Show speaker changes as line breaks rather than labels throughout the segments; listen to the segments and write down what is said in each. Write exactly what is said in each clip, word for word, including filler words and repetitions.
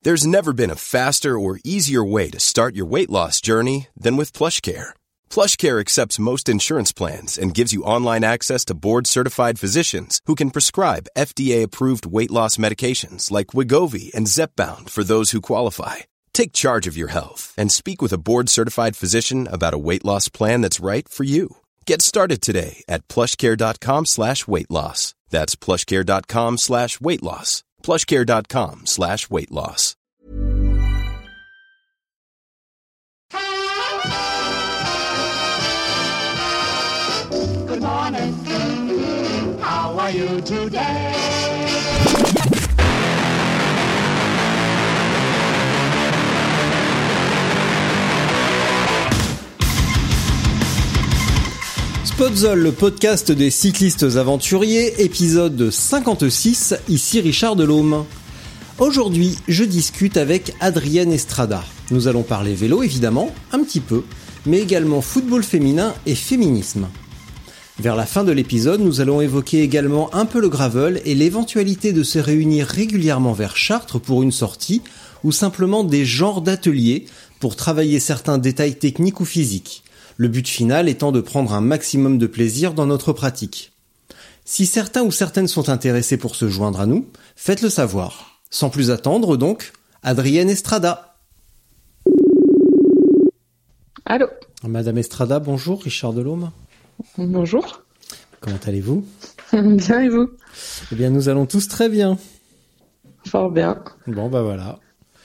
There's never been a faster or easier way to start your weight loss journey than with PlushCare. PlushCare accepts most insurance plans and gives you online access to board-certified physicians who can prescribe F D A-approved weight loss medications like Wegovy and Zepbound for those who qualify. Take charge of your health and speak with a board-certified physician about a weight loss plan that's right for you. Get started today at plushcare.com slash weight loss. That's plushcare.com slash weight loss. plushcare.com slash weight loss.
Good morning. How are you today?
Podzol, le podcast des cyclistes aventuriers, épisode cinquante-six, ici Richard Delhomme. Aujourd'hui, je discute avec Adrienne Estrada. Nous allons parler vélo évidemment, un petit peu, mais également football féminin et féminisme. Vers la fin de l'épisode, nous allons évoquer également un peu le gravel et l'éventualité de se réunir régulièrement vers Chartres pour une sortie, ou simplement des genres d'ateliers pour travailler certains détails techniques ou physiques. Le but final étant de prendre un maximum de plaisir dans notre pratique. Si certains ou certaines sont intéressés pour se joindre à nous, faites-le savoir. Sans plus attendre donc, Adrienne Estrada.
Allô.
Madame Estrada, bonjour, Richard Delhomme.
Bonjour.
Comment allez-vous ?
Bien et vous ?
Eh bien nous allons tous très bien.
Fort bien.
Bon bah voilà.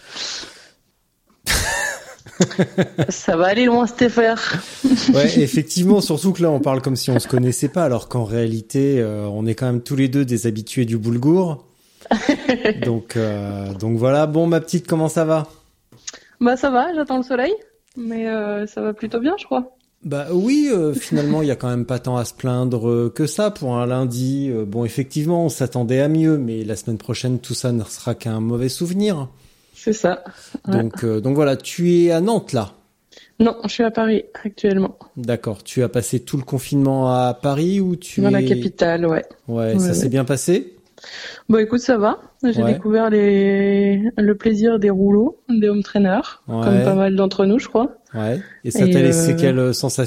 Ça va aller loin cette affaire.
Ouais, effectivement, surtout que là on parle comme si on se connaissait pas, alors qu'en réalité euh, on est quand même tous les deux des habitués du boulgour. donc, euh, donc voilà. Bon, ma petite, comment ça va ?
Bah ça va, j'attends le soleil, mais euh, ça va plutôt bien, je crois.
Bah oui, euh, finalement il y a quand même pas tant à se plaindre que ça pour un lundi. Euh, bon, effectivement, on s'attendait à mieux, mais la semaine prochaine tout ça ne sera qu'un mauvais souvenir.
C'est ça. Ouais.
Donc, euh, donc voilà, tu es à Nantes là ?
Non, je suis à Paris actuellement.
D'accord. Tu as passé tout le confinement à Paris ou tu
Dans
es...
la capitale, ouais.
Ouais,
ouais
ça
ouais.
s'est bien passé ?
Bon, écoute, ça va. J'ai
ouais.
découvert les... le plaisir des rouleaux, des home trainers, ouais. comme pas mal d'entre nous, je crois.
Ouais. Et ça Et t'a laissé euh... quelle sensation ?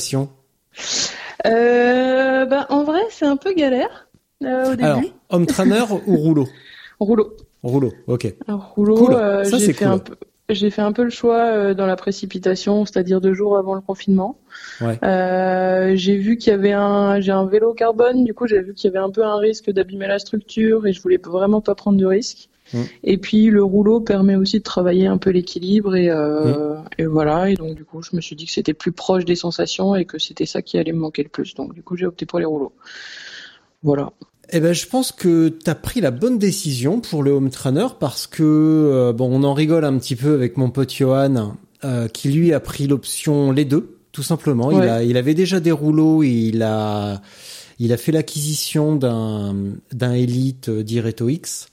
euh, bah, en vrai, c'est un peu galère euh, au début.
Alors, home trainer ou rouleau ?
Rouleau.
Rouleau, ok.
Alors, rouleau,
cool.
euh,
ça,
j'ai
c'est
fait
cool.
un peu, j'ai fait un peu le choix euh, dans la précipitation, c'est-à-dire deux jours avant le confinement.
Ouais.
Euh, j'ai vu qu'il y avait un, j'ai un vélo carbone, du coup, j'ai vu qu'il y avait un peu un risque d'abîmer la structure et je voulais vraiment pas prendre de risque. Mmh. Et puis, le rouleau permet aussi de travailler un peu l'équilibre et, euh, mmh. et voilà. Et donc, du coup, je me suis dit que c'était plus proche des sensations et que c'était ça qui allait me manquer le plus. Donc, du coup, j'ai opté pour les rouleaux. Voilà.
Eh ben, je pense que t'as pris la bonne décision pour le home trainer parce que, euh, bon, on en rigole un petit peu avec mon pote Johan, euh, qui lui a pris l'option les deux, tout simplement. Ouais. Il a, il avait déjà des rouleaux et il a, il a fait l'acquisition d'un, d'un Elite Diretto X.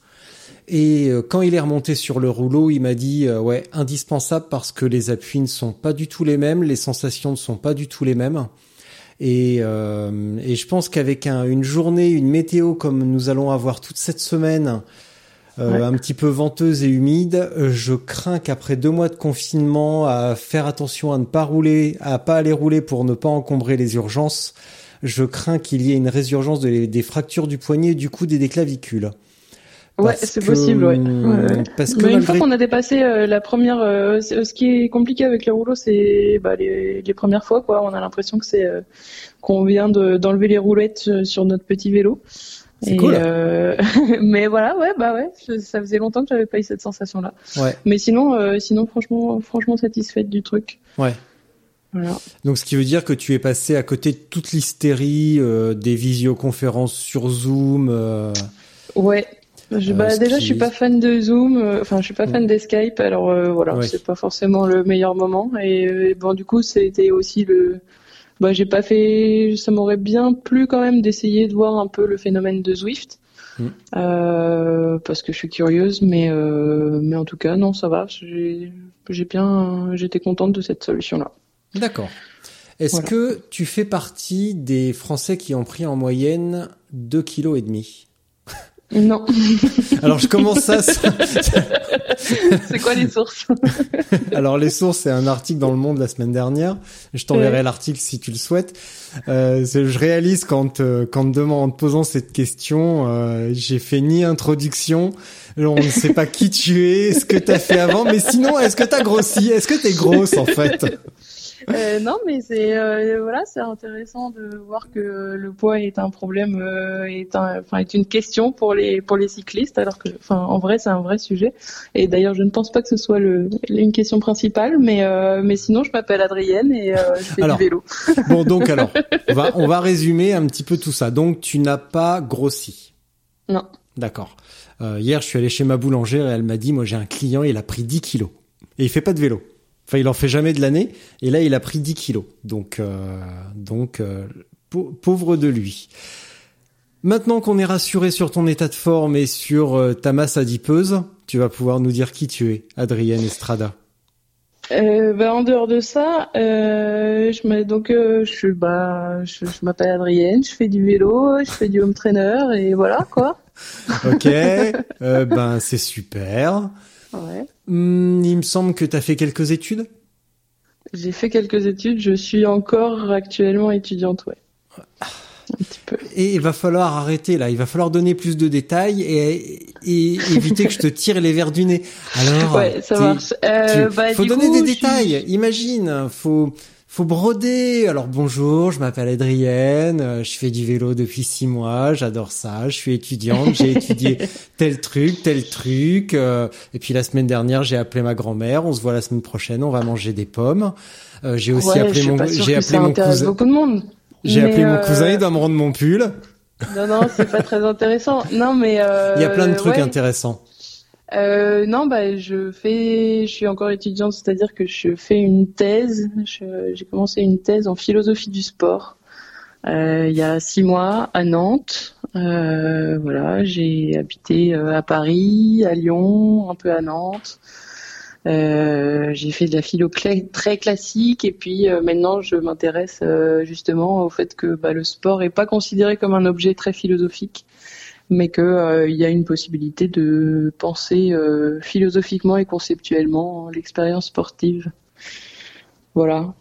Et euh, quand il est remonté sur le rouleau, il m'a dit, euh, ouais, indispensable parce que les appuis ne sont pas du tout les mêmes, les sensations ne sont pas du tout les mêmes. Et, euh, et je pense qu'avec un, une journée, une météo comme nous allons avoir toute cette semaine, euh, ouais. un petit peu venteuse et humide, je crains qu'après deux mois de confinement, à faire attention à ne pas rouler, à pas aller rouler pour ne pas encombrer les urgences, je crains qu'il y ait une résurgence de, des fractures du poignet et du coude et des clavicules.
Ouais, c'est que, possible, ouais. ouais.
Parce que
Mais
malgré...
une fois qu'on a dépassé euh, la première, euh, ce qui est compliqué avec les rouleaux, c'est bah, les, les premières fois, quoi. On a l'impression que c'est euh, qu'on vient de, d'enlever les roulettes sur notre petit vélo.
C'est et, cool.
Euh... Mais voilà, ouais, bah ouais, ça faisait longtemps que j'avais pas eu cette sensation-là.
Ouais.
Mais sinon, euh, sinon, franchement, franchement satisfaite du truc.
Ouais.
Voilà.
Donc, ce qui veut dire que tu es passé à côté de toute l'hystérie euh, des visioconférences sur Zoom. Euh...
Ouais. Je, bah, euh, déjà, qui... je suis pas fan de Zoom. Euh, enfin, je suis pas fan d'Escape. Alors euh, voilà, ouais. c'est pas forcément le meilleur moment. Et, et bon, du coup, c'était aussi le. Bah, j'ai pas fait. Ça m'aurait bien plu quand même d'essayer de voir un peu le phénomène de Zwift, mm. euh, parce que je suis curieuse. Mais euh, mais en tout cas, non, ça va. J'ai j'ai bien. J'étais contente de cette solution-là.
D'accord. Est-ce voilà. que tu fais partie des Français qui ont pris en moyenne deux kilos et demi?
Non.
Alors je commence ça. ça...
C'est quoi les sources?
Alors les sources, c'est un article dans Le Monde la semaine dernière. Je t'enverrai ouais. l'article si tu le souhaites. Euh, je réalise quand euh, quand demain, en te posant cette question, euh, j'ai fait ni introduction. On ne sait pas qui tu es, ce que t'as fait avant, mais sinon, est-ce que t'as grossi? Est-ce que t'es grosse en fait?
Euh, non, mais c'est euh, voilà, c'est intéressant de voir que le poids est un problème, euh, est un, enfin est une question pour les pour les cyclistes, alors que, enfin, en vrai, c'est un vrai sujet. Et d'ailleurs, je ne pense pas que ce soit le une question principale, mais euh, mais sinon, je m'appelle Adrienne et euh, je fais
alors,
du vélo.
Bon, donc alors, on va on va résumer un petit peu tout ça. Donc, tu n'as pas grossi.
Non.
D'accord. Euh, hier, je suis allé chez ma boulangère et elle m'a dit, moi, j'ai un client, il a pris dix kilos et il fait pas de vélo. Enfin, il en fait jamais de l'année, et là, il a pris dix kilos. Donc, euh, donc, euh, pauvre de lui. Maintenant qu'on est rassuré sur ton état de forme et sur euh, ta masse adipeuse, tu vas pouvoir nous dire qui tu es, Adrienne Estrada.
Euh, bah, en dehors de ça, euh, je mets donc, euh, je, bah, je, je m'appelle Adrienne, je fais du vélo, je fais du home trainer, et voilà, quoi.
Ok, euh, ben, c'est super.
Ouais.
Hum, il me semble que tu as fait quelques études.
J'ai fait quelques études, je suis encore actuellement étudiante, ouais. Un petit peu.
Et il va falloir arrêter là, il va falloir donner plus de détails et, et éviter que je te tire les verres du nez. Alors,
ouais, ça marche. Euh,
tu,
bah,
faut
du
donner
coup,
des
je
détails.
suis...
Imagine, faut faut broder. Alors bonjour, je m'appelle Adrienne, je fais du vélo depuis six mois, j'adore ça, je suis étudiante, j'ai étudié tel truc, tel truc, euh, et puis la semaine dernière j'ai appelé ma grand-mère, on se voit la semaine prochaine, on va manger des pommes. Euh, j'ai aussi
ouais,
appelé mon, j'ai appelé mon cousin.
Beaucoup de monde.
J'ai
mais
appelé
euh...
mon cousin, il doit me rendre mon pull.
Non, non, c'est pas très intéressant. Non, mais euh,
il y a plein de trucs
ouais.
intéressants.
Euh, non, bah, je fais, je suis encore étudiante, c'est-à-dire que je fais une thèse. Je, j'ai commencé une thèse en philosophie du sport euh, il y a six mois à Nantes. Euh, voilà, j'ai habité euh, à Paris, à Lyon, un peu à Nantes. Euh, j'ai fait de la philo cl- très classique et puis euh, maintenant je m'intéresse euh, justement au fait que bah, le sport est pas considéré comme un objet très philosophique, mais que euh, il y a une possibilité de penser euh, philosophiquement et conceptuellement l'expérience sportive. Voilà.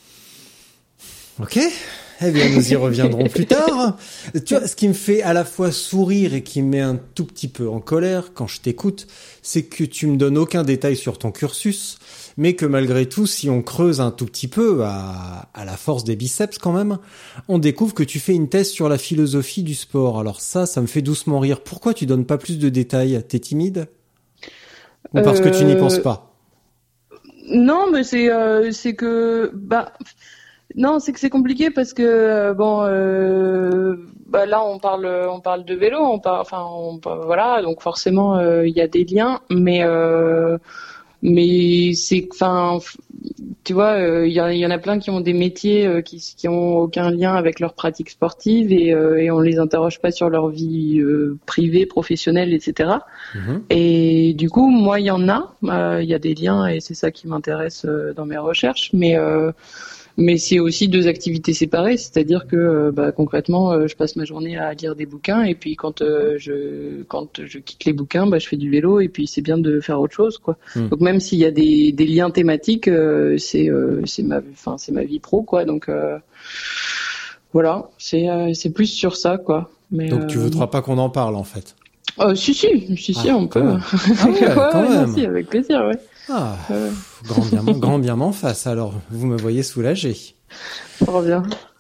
Ok. Eh bien, nous y reviendrons plus tard. Tu vois, ce qui me fait à la fois sourire et qui me met un tout petit peu en colère quand je t'écoute, c'est que tu me donnes aucun détail sur ton cursus, mais que malgré tout, si on creuse un tout petit peu, à, à la force des biceps quand même, on découvre que tu fais une thèse sur la philosophie du sport. Alors ça, ça me fait doucement rire. Pourquoi tu donnes pas plus de détails? T'es timide? Ou parce euh... que tu n'y penses pas?
Non, mais c'est, euh, c'est que... bah. Non, c'est que c'est compliqué parce que bon, euh, bah là on parle, on parle de vélo, on parle, enfin, on, voilà, donc forcément il euh, y a des liens, mais euh, mais c'est, enfin, tu vois, il euh, y, y en a plein qui ont des métiers euh, qui qui ont aucun lien avec leur pratique sportive et euh, et on les interroge pas sur leur vie euh, privée, professionnelle, et cetera. Mmh. Et du coup, moi, il y en a, il euh, y a des liens et c'est ça qui m'intéresse euh, dans mes recherches, mais euh, Mais c'est aussi deux activités séparées, c'est-à-dire que bah, concrètement, je passe ma journée à lire des bouquins et puis quand euh, je quand je quitte les bouquins, bah, je fais du vélo et puis c'est bien de faire autre chose, quoi. Mmh. Donc même s'il y a des, des liens thématiques, euh, c'est euh, c'est ma enfin c'est ma vie pro, quoi. Donc euh, voilà, c'est euh, c'est plus sur ça, quoi. Mais,
donc tu voudras
euh...
pas qu'on en parle en fait.
Euh, si si si si ah, on peut.
Même. Ah ouais, quand
ouais,
même.
Non, si, avec plaisir, ouais.
Ah, euh... grand bien, grand bien m'en face. Alors, vous me voyez soulagé.
Trop bien.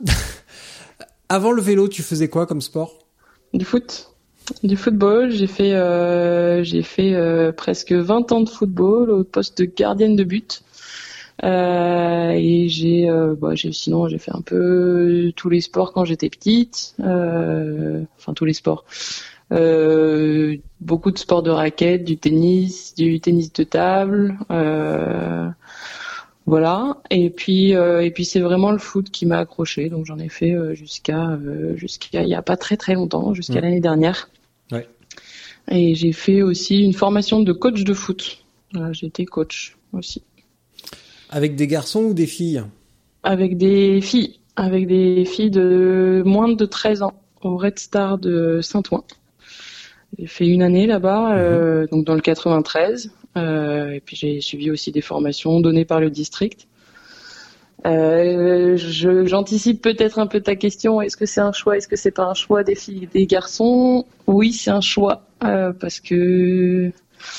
Avant le vélo, tu faisais quoi comme sport?
Du foot, du football. J'ai fait, euh, j'ai fait euh, presque vingt ans de football au poste de gardienne de but. Euh, et j'ai, euh, bah, j'ai, sinon, j'ai fait un peu tous les sports quand j'étais petite. Euh, enfin, tous les sports. Euh, beaucoup de sports de raquettes, du tennis, du tennis de table, euh, voilà. Et puis, euh, et puis c'est vraiment le foot qui m'a accroché. Donc j'en ai fait euh, jusqu'à, euh, jusqu'à il y a pas très très longtemps, jusqu'à mmh. l'année dernière.
Ouais.
Et j'ai fait aussi une formation de coach de foot. Voilà, j'ai été coach aussi.
Avec des garçons ou des filles? Avec
des filles, avec des filles de moins de treize ans au Red Star de Saint-Ouen. J'ai fait une année là-bas, mmh. euh, donc dans le quatre-vingt-treize. Euh, et puis j'ai suivi aussi des formations données par le district. Euh, je, j'anticipe peut-être un peu ta question. Est-ce que c'est un choix? Est-ce que c'est pas un choix des filles, des garçons? Oui, c'est un choix euh, parce que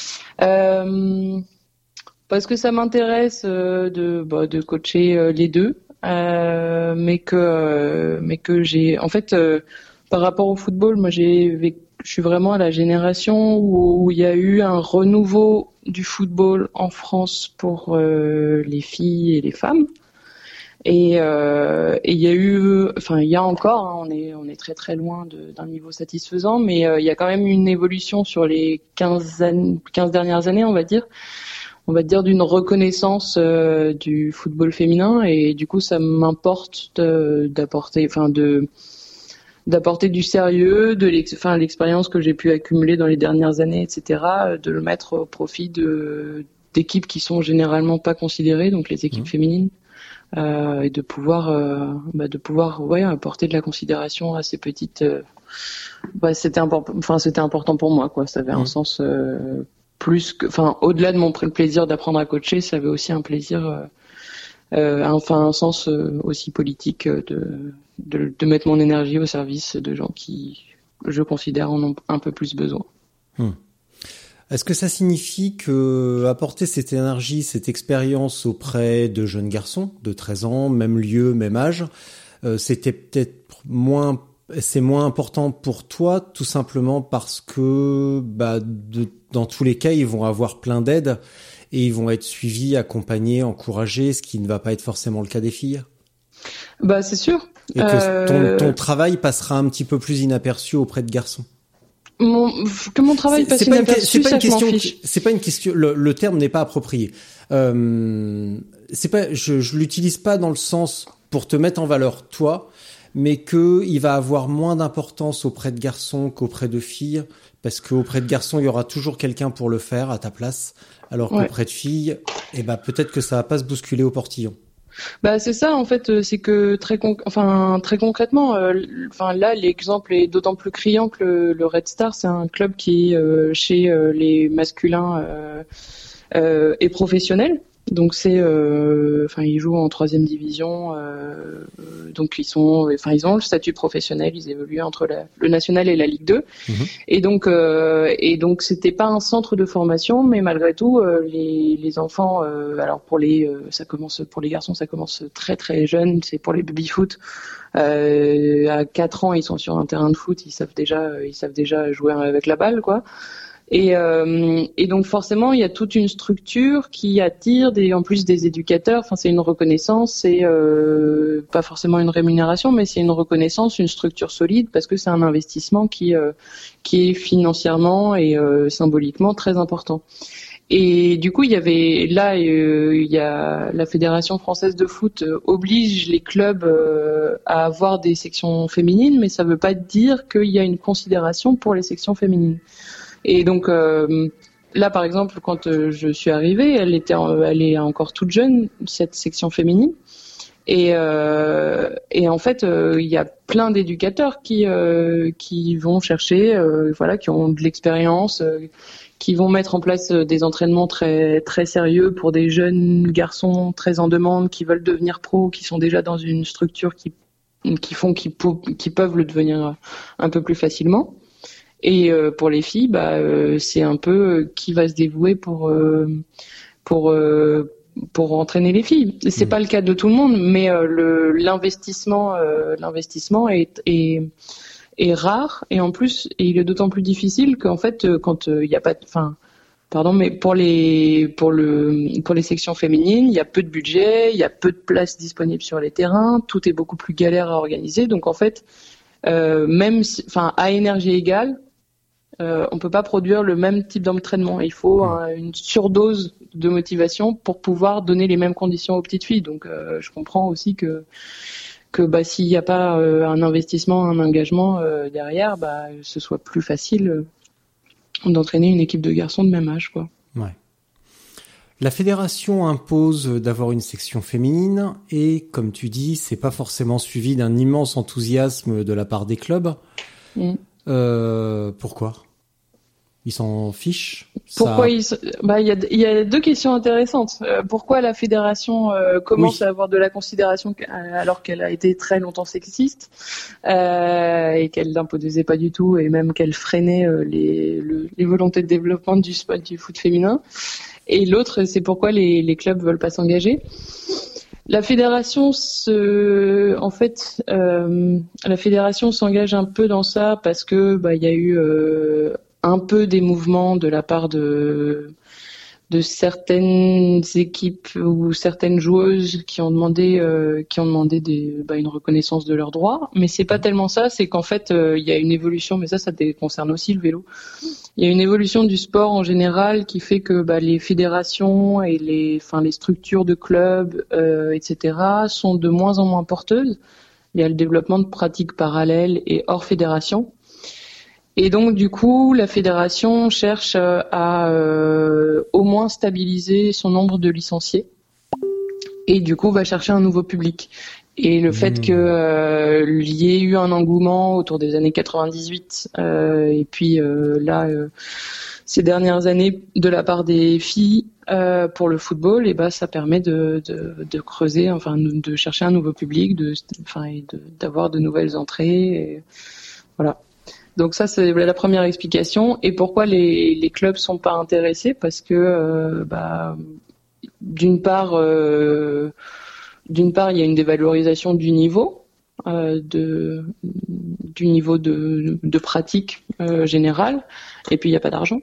euh, parce que ça m'intéresse euh, de bah, de coacher euh, les deux, euh, mais que euh, mais que j'ai en fait euh, par rapport au football, moi j'ai je suis vraiment à la génération où, où il y a eu un renouveau du football en France pour euh, les filles et les femmes. Et euh, et il y a eu, enfin il y a encore, hein, on est on est très très loin de, d'un niveau satisfaisant, mais euh, il y a quand même une évolution sur les quinze années, quinze dernières années, on va dire, on va dire d'une reconnaissance euh, du football féminin, et du coup ça m'importe de, d'apporter, enfin de d'apporter du sérieux, de l'ex, enfin l'expérience que j'ai pu accumuler dans les dernières années, et cetera, de le mettre au profit de d'équipes qui sont généralement pas considérées, donc les équipes mmh. féminines. Euh, et de pouvoir euh, bah, de pouvoir ouais apporter de la considération à ces petites euh, bah, c'était important enfin c'était important pour moi quoi, ça avait mmh. un sens euh, plus que enfin au-delà de mon plaisir d'apprendre à coacher, ça avait aussi un plaisir euh, euh, enfin un sens euh, aussi politique euh, de, de de mettre mon énergie au service de gens qui je considère en ont un peu plus besoin.
mmh. Est-ce que ça signifie que apporter cette énergie, cette expérience auprès de jeunes garçons de treize ans, même lieu, même âge, euh, c'était peut-être moins, c'est moins important pour toi, tout simplement parce que, bah, de, dans tous les cas, ils vont avoir plein d'aides et ils vont être suivis, accompagnés, encouragés, ce qui ne va pas être forcément le cas des filles?
Bah, c'est sûr.
Et que euh... ton, ton travail passera un petit peu plus inaperçu auprès de garçons.
Mon, que mon travail passe inaperçu,
c'est pas une question,
ça,
c'est pas une question, le, le terme n'est pas approprié. Euh, c'est pas, je, je l'utilise pas dans le sens pour te mettre en valeur toi, mais que il va avoir moins d'importance auprès de garçons qu'auprès de filles, parce qu'auprès de garçons, il y aura toujours quelqu'un pour le faire à ta place, alors ouais. qu'auprès de filles, eh ben, peut-être que ça va pas se bousculer au portillon.
Bah c'est ça en fait, c'est que très con... enfin très concrètement, euh, enfin là l'exemple est d'autant plus criant que le, le Red Star, c'est un club qui euh, chez euh, les masculins euh, euh, est professionnel. Donc c'est, euh, enfin ils jouent en troisième division, euh, donc ils sont, enfin ils ont le statut professionnel, ils évoluent entre la, le national et la Ligue deux, mmh. et donc euh, et donc c'était pas un centre de formation, mais malgré tout euh, les les enfants, euh, alors pour les, euh, ça commence pour les garçons, ça commence très très jeune, c'est pour les baby foot. Euh, à quatre ans ils sont sur un terrain de foot, ils savent déjà, ils savent déjà jouer avec la balle quoi. Et, euh, et donc forcément, il y a toute une structure qui attire des, en plus des éducateurs. Enfin, c'est une reconnaissance, c'est euh, pas forcément une rémunération, mais c'est une reconnaissance, une structure solide, parce que c'est un investissement qui euh, qui est financièrement et euh, symboliquement très important. Et du coup, il y avait là, euh, il y a la Fédération française de foot euh, oblige les clubs euh, à avoir des sections féminines, mais ça veut pas dire qu'il y a une considération pour les sections féminines. Et donc euh, là, par exemple, quand euh, je suis arrivée, elle était, en, elle est encore toute jeune, cette section féminine. Et, euh, et en fait, euh, il y a plein d'éducateurs qui euh, qui vont chercher, euh, voilà, qui ont de l'expérience, euh, qui vont mettre en place des entraînements très très sérieux pour des jeunes garçons très en demande, qui veulent devenir pros, qui sont déjà dans une structure qui qui font qu'ils qui peuvent le devenir un peu plus facilement. Et euh, pour les filles, bah euh, c'est un peu euh, qui va se dévouer pour euh, pour euh, pour entraîner les filles. C'est mmh. pas le cas de tout le monde, mais euh, le l'investissement euh, l'investissement est, est est rare, et en plus et il est d'autant plus difficile qu'en fait euh, quand il euh, y a pas enfin pardon mais pour les pour le pour les sections féminines, il y a peu de budget, il y a peu de places disponibles sur les terrains, tout est beaucoup plus galère à organiser, donc en fait euh, même si, enfin à énergie égale, Euh, on peut pas produire le même type d'entraînement. Il faut un, une surdose de motivation pour pouvoir donner les mêmes conditions aux petites filles. Donc, euh, je comprends aussi que que bah s'il n'y a pas euh, un investissement, un engagement euh, derrière, bah ce soit plus facile euh, d'entraîner une équipe de garçons de même âge, quoi.
Ouais. La fédération impose d'avoir une section féminine et, comme tu dis, c'est pas forcément suivi d'un immense enthousiasme de la part des clubs. Mm. Euh, pourquoi ? Ils s'en fichent.
Pourquoi
ça...
ils se... bah il y a il y a deux questions intéressantes. Euh, pourquoi la fédération euh, commence oui. à avoir de la considération alors qu'elle a été très longtemps sexiste euh, et qu'elle l'imposait pas du tout et même qu'elle freinait euh, les le, les volontés de développement du sport du foot féminin. Et l'autre, c'est pourquoi les les clubs veulent pas s'engager. La fédération se, en fait, euh, la fédération s'engage un peu dans ça parce que bah il y a eu euh, un peu des mouvements de la part de de certaines équipes ou certaines joueuses qui ont demandé euh, qui ont demandé des bah, une reconnaissance de leurs droits, mais c'est pas tellement ça, c'est qu'en fait euh, il y a une évolution, mais ça ça concerne aussi le vélo. Il y a une évolution du sport en général qui fait que bah, les fédérations et les enfin les structures de clubs euh, et cetera sont de moins en moins porteuses. Il y a le développement de pratiques parallèles et hors fédération. Et donc, du coup, la fédération cherche à euh, au moins stabiliser son nombre de licenciés et du coup va chercher un nouveau public. Et le mmh. fait qu'il euh, y ait eu un engouement autour des années quatre-vingt-dix-huit euh, et puis euh, là, euh, ces dernières années de la part des filles euh, pour le football, et ben ça permet de, de, de creuser, enfin de chercher un nouveau public, de, enfin et de, d'avoir de nouvelles entrées. Et voilà. Donc ça, c'est la première explication. Et pourquoi les, les clubs sont pas intéressés ? Parce que, euh, bah, d'une part, euh, d'une part, il y a une dévalorisation du niveau, euh, de, du niveau de, de pratique euh, générale, et puis il n'y a pas d'argent,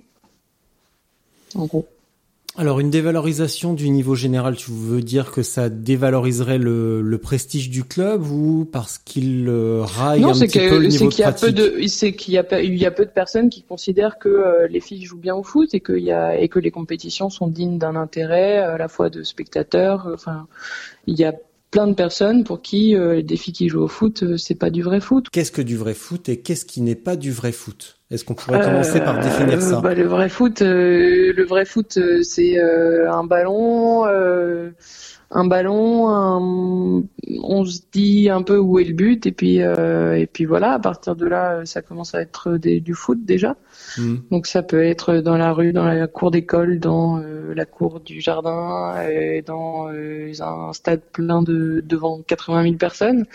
en gros.
Alors, une dévalorisation du niveau général, tu veux dire que ça dévaloriserait le, le prestige du club ou parce qu'il euh, raille non, un petit que, peu le niveau de pratique ?
Non, c'est qu'il y a peu de, c'est qu'il y a, il y a peu de personnes qui considèrent que euh, les filles jouent bien au foot et qu'il y a et que les compétitions sont dignes d'un intérêt à la fois de spectateurs. Enfin, il y a plein de personnes pour qui euh, des filles qui jouent au foot, euh, c'est pas du vrai foot.
Qu'est-ce que du vrai foot et qu'est-ce qui n'est pas du vrai foot ? Est-ce qu'on pourrait commencer euh, par définir ça ?
bah, Le vrai foot, euh, le vrai foot, euh, c'est euh, un ballon, euh, un ballon. Un... On se dit un peu où est le but et puis euh, et puis voilà. À partir de là, ça commence à être des, du foot déjà. Mmh. Donc ça peut être dans la rue, dans la cour d'école, dans euh, la cour du jardin, et dans euh, un stade plein de devant quatre-vingt mille personnes.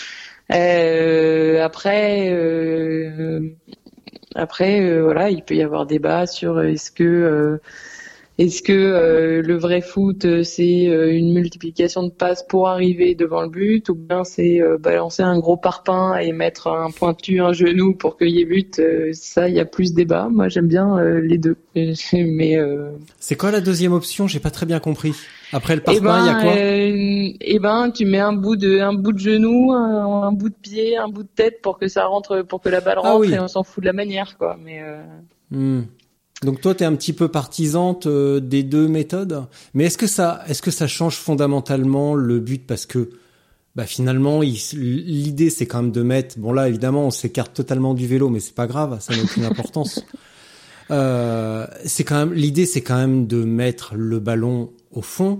Euh, après. Euh, Après, euh, voilà, il peut y avoir débat sur est-ce que euh, est-ce que euh, le vrai foot c'est euh, une multiplication de passes pour arriver devant le but ou bien c'est euh, balancer un gros parpaing et mettre un pointu, un genou pour qu'il y ait but. Euh, ça, il y a plus débat. Moi, j'aime bien euh, les deux. Mais euh...
c'est quoi la deuxième option ? J'ai pas très bien compris. Après le parpaing, il ben, y a quoi ?
euh, Eh ben, tu mets un bout de, un bout de genou, un, un bout de pied, un bout de tête pour que ça rentre, pour que la balle rentre ah oui. Et on s'en fout de la manière, quoi. Mais. Euh...
Hmm. Donc toi, t'es un petit peu partisante euh, des deux méthodes. Mais est-ce que ça, est-ce que ça change fondamentalement le but ? Parce que, bah finalement, il, l'idée c'est quand même de mettre. Bon là, évidemment, on s'écarte totalement du vélo, mais c'est pas grave, ça n'a aucune importance. Euh, c'est quand même l'idée, c'est quand même de mettre le ballon au fond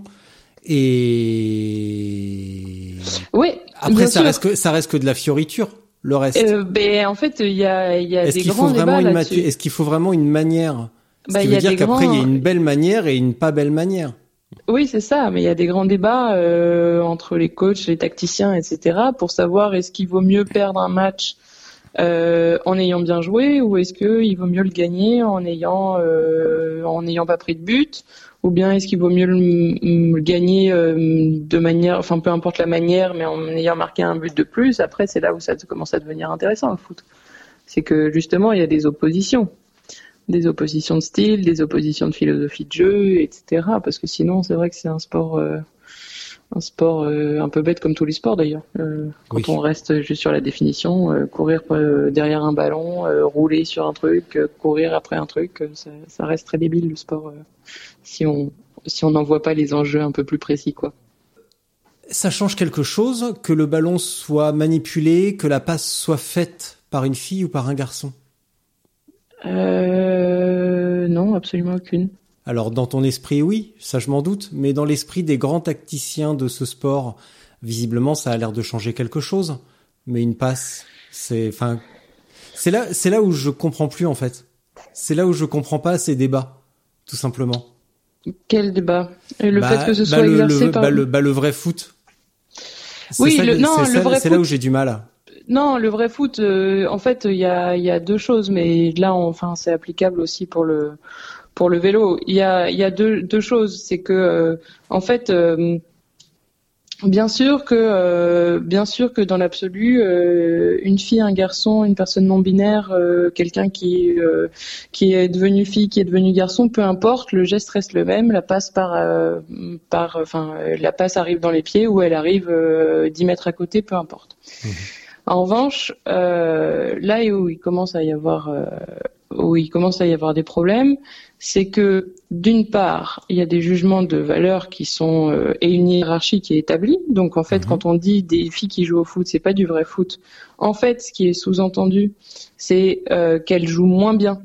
et
oui.
Après, ça
sûr.
reste que ça reste que de la fioriture. Le reste.
Euh, ben en fait, il y a il y a
est-ce
des
qu'il
grands
faut vraiment
débats
une
là-dessus.
matu- Est-ce qu'il faut vraiment une manière ? Ce
bah,
qui veut dire qu'après
grands...
il y a une belle manière et une pas belle manière.
Oui, c'est ça. Mais il y a des grands débats euh, entre les coachs, les tacticiens, et cetera pour savoir est-ce qu'il vaut mieux perdre un match Euh, en ayant bien joué ou est-ce que il vaut mieux le gagner en ayant euh, en n'ayant pas pris de but ou bien est-ce qu'il vaut mieux le, le gagner euh, de manière enfin peu importe la manière mais en ayant marqué un but de plus. Après c'est là où ça commence à devenir intéressant le foot, c'est que justement il y a des oppositions des oppositions de style, des oppositions de philosophie de jeu, etc. Parce que sinon c'est vrai que c'est un sport euh, un sport euh, un peu bête comme tous les sports d'ailleurs. Euh, quand oui. on reste juste sur la définition, euh, courir euh, derrière un ballon, euh, rouler sur un truc, euh, courir après un truc, euh, ça, ça reste très débile le sport euh, si on si on n'en voit pas les enjeux un peu plus précis quoi.
Ça change quelque chose que le ballon soit manipulé, que la passe soit faite par une fille ou par un garçon ?
Euh, non, absolument aucune.
Alors dans ton esprit, oui, ça je m'en doute, mais dans l'esprit des grands tacticiens de ce sport, visiblement ça a l'air de changer quelque chose. Mais une passe, c'est, enfin, c'est là, c'est là où je comprends plus en fait. C'est là où je comprends pas ces débats, tout simplement.
Quel débat? Et le
bah,
fait que ce
bah
soit
le,
exercé
le,
par...
bah, le, bah, le vrai foot. C'est
oui,
ça,
le, non,
c'est
le
ça,
vrai
c'est
foot...
là où j'ai du mal.
Non, le vrai foot, euh, en fait, il y a, y a deux choses, mais là, on, enfin, c'est applicable aussi pour le, pour le vélo. Il y a, il y a deux, deux choses. C'est que, euh, en fait, euh, bien sûr que, euh, bien sûr que dans l'absolu, euh, une fille, un garçon, une personne non binaire, euh, quelqu'un qui, euh, qui est devenu fille, qui est devenu garçon, peu importe, le geste reste le même. La passe par, euh, par, enfin, la passe arrive dans les pieds ou elle arrive euh, dix mètres à côté, peu importe. Mmh. En revanche, euh, là où il commence à y avoir, euh, où il commence à y avoir des problèmes, c'est que d'une part, il y a des jugements de valeur qui sont euh, et une hiérarchie qui est établie. Donc en fait, mmh. quand on dit des filles qui jouent au foot, c'est pas du vrai foot. En fait, ce qui est sous-entendu, c'est euh, qu'elles jouent moins bien.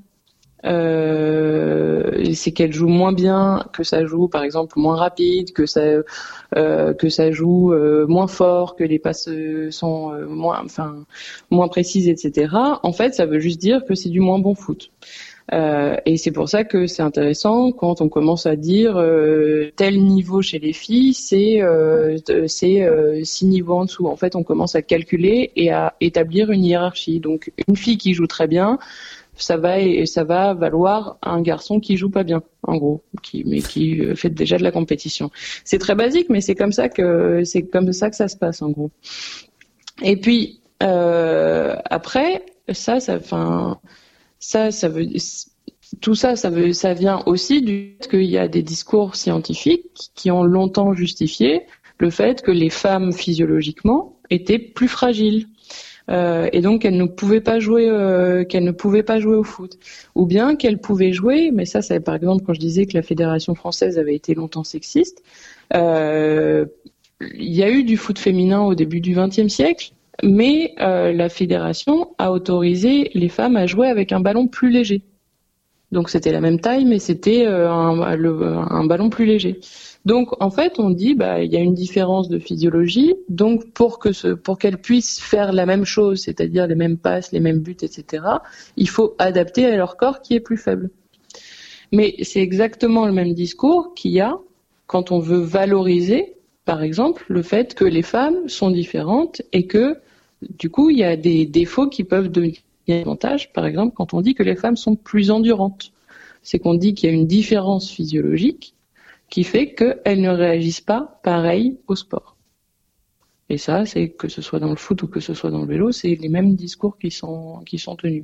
Euh, c'est qu'elle joue moins bien, que ça joue par exemple moins rapide, que ça euh, que ça joue euh, moins fort, que les passes sont euh, moins enfin moins précises, et cetera. En fait, ça veut juste dire que c'est du moins bon foot. Euh, et c'est pour ça que c'est intéressant quand on commence à dire euh, tel niveau chez les filles, c'est euh, c'est euh, six niveaux en dessous. En fait, on commence à calculer et à établir une hiérarchie. Donc, une fille qui joue très bien, ça va et ça va valoir un garçon qui joue pas bien, en gros, qui mais qui fait déjà de la compétition. C'est très basique, mais c'est comme ça que c'est comme ça que ça se passe, en gros. Et puis euh, après, ça, ça, enfin, ça, ça veut tout ça, ça veut, ça vient aussi du fait qu'il y a des discours scientifiques qui ont longtemps justifié le fait que les femmes physiologiquement étaient plus fragiles. Euh, et donc qu'elle ne pouvait pas jouer, euh, qu'elle ne pouvait pas jouer au foot, ou bien qu'elle pouvait jouer, mais ça, c'est par exemple quand je disais que la fédération française avait été longtemps sexiste. Euh, il y a eu du foot féminin au début du vingtième siècle, mais euh, la fédération a autorisé les femmes à jouer avec un ballon plus léger. Donc c'était la même taille, mais c'était euh, un, le, un ballon plus léger. Donc en fait, on dit bah il y a une différence de physiologie. Donc pour que ce, pour qu'elles puissent faire la même chose, c'est-à-dire les mêmes passes, les mêmes buts, et cetera, il faut adapter à leur corps qui est plus faible. Mais c'est exactement le même discours qu'il y a quand on veut valoriser, par exemple, le fait que les femmes sont différentes et que du coup il y a des défauts qui peuvent devenir avantages. Par exemple, quand on dit que les femmes sont plus endurantes, c'est qu'on dit qu'il y a une différence physiologique qui fait qu'elles ne réagissent pas pareil au sport. Et ça, c'est que ce soit dans le foot ou que ce soit dans le vélo, c'est les mêmes discours qui sont, qui sont tenus.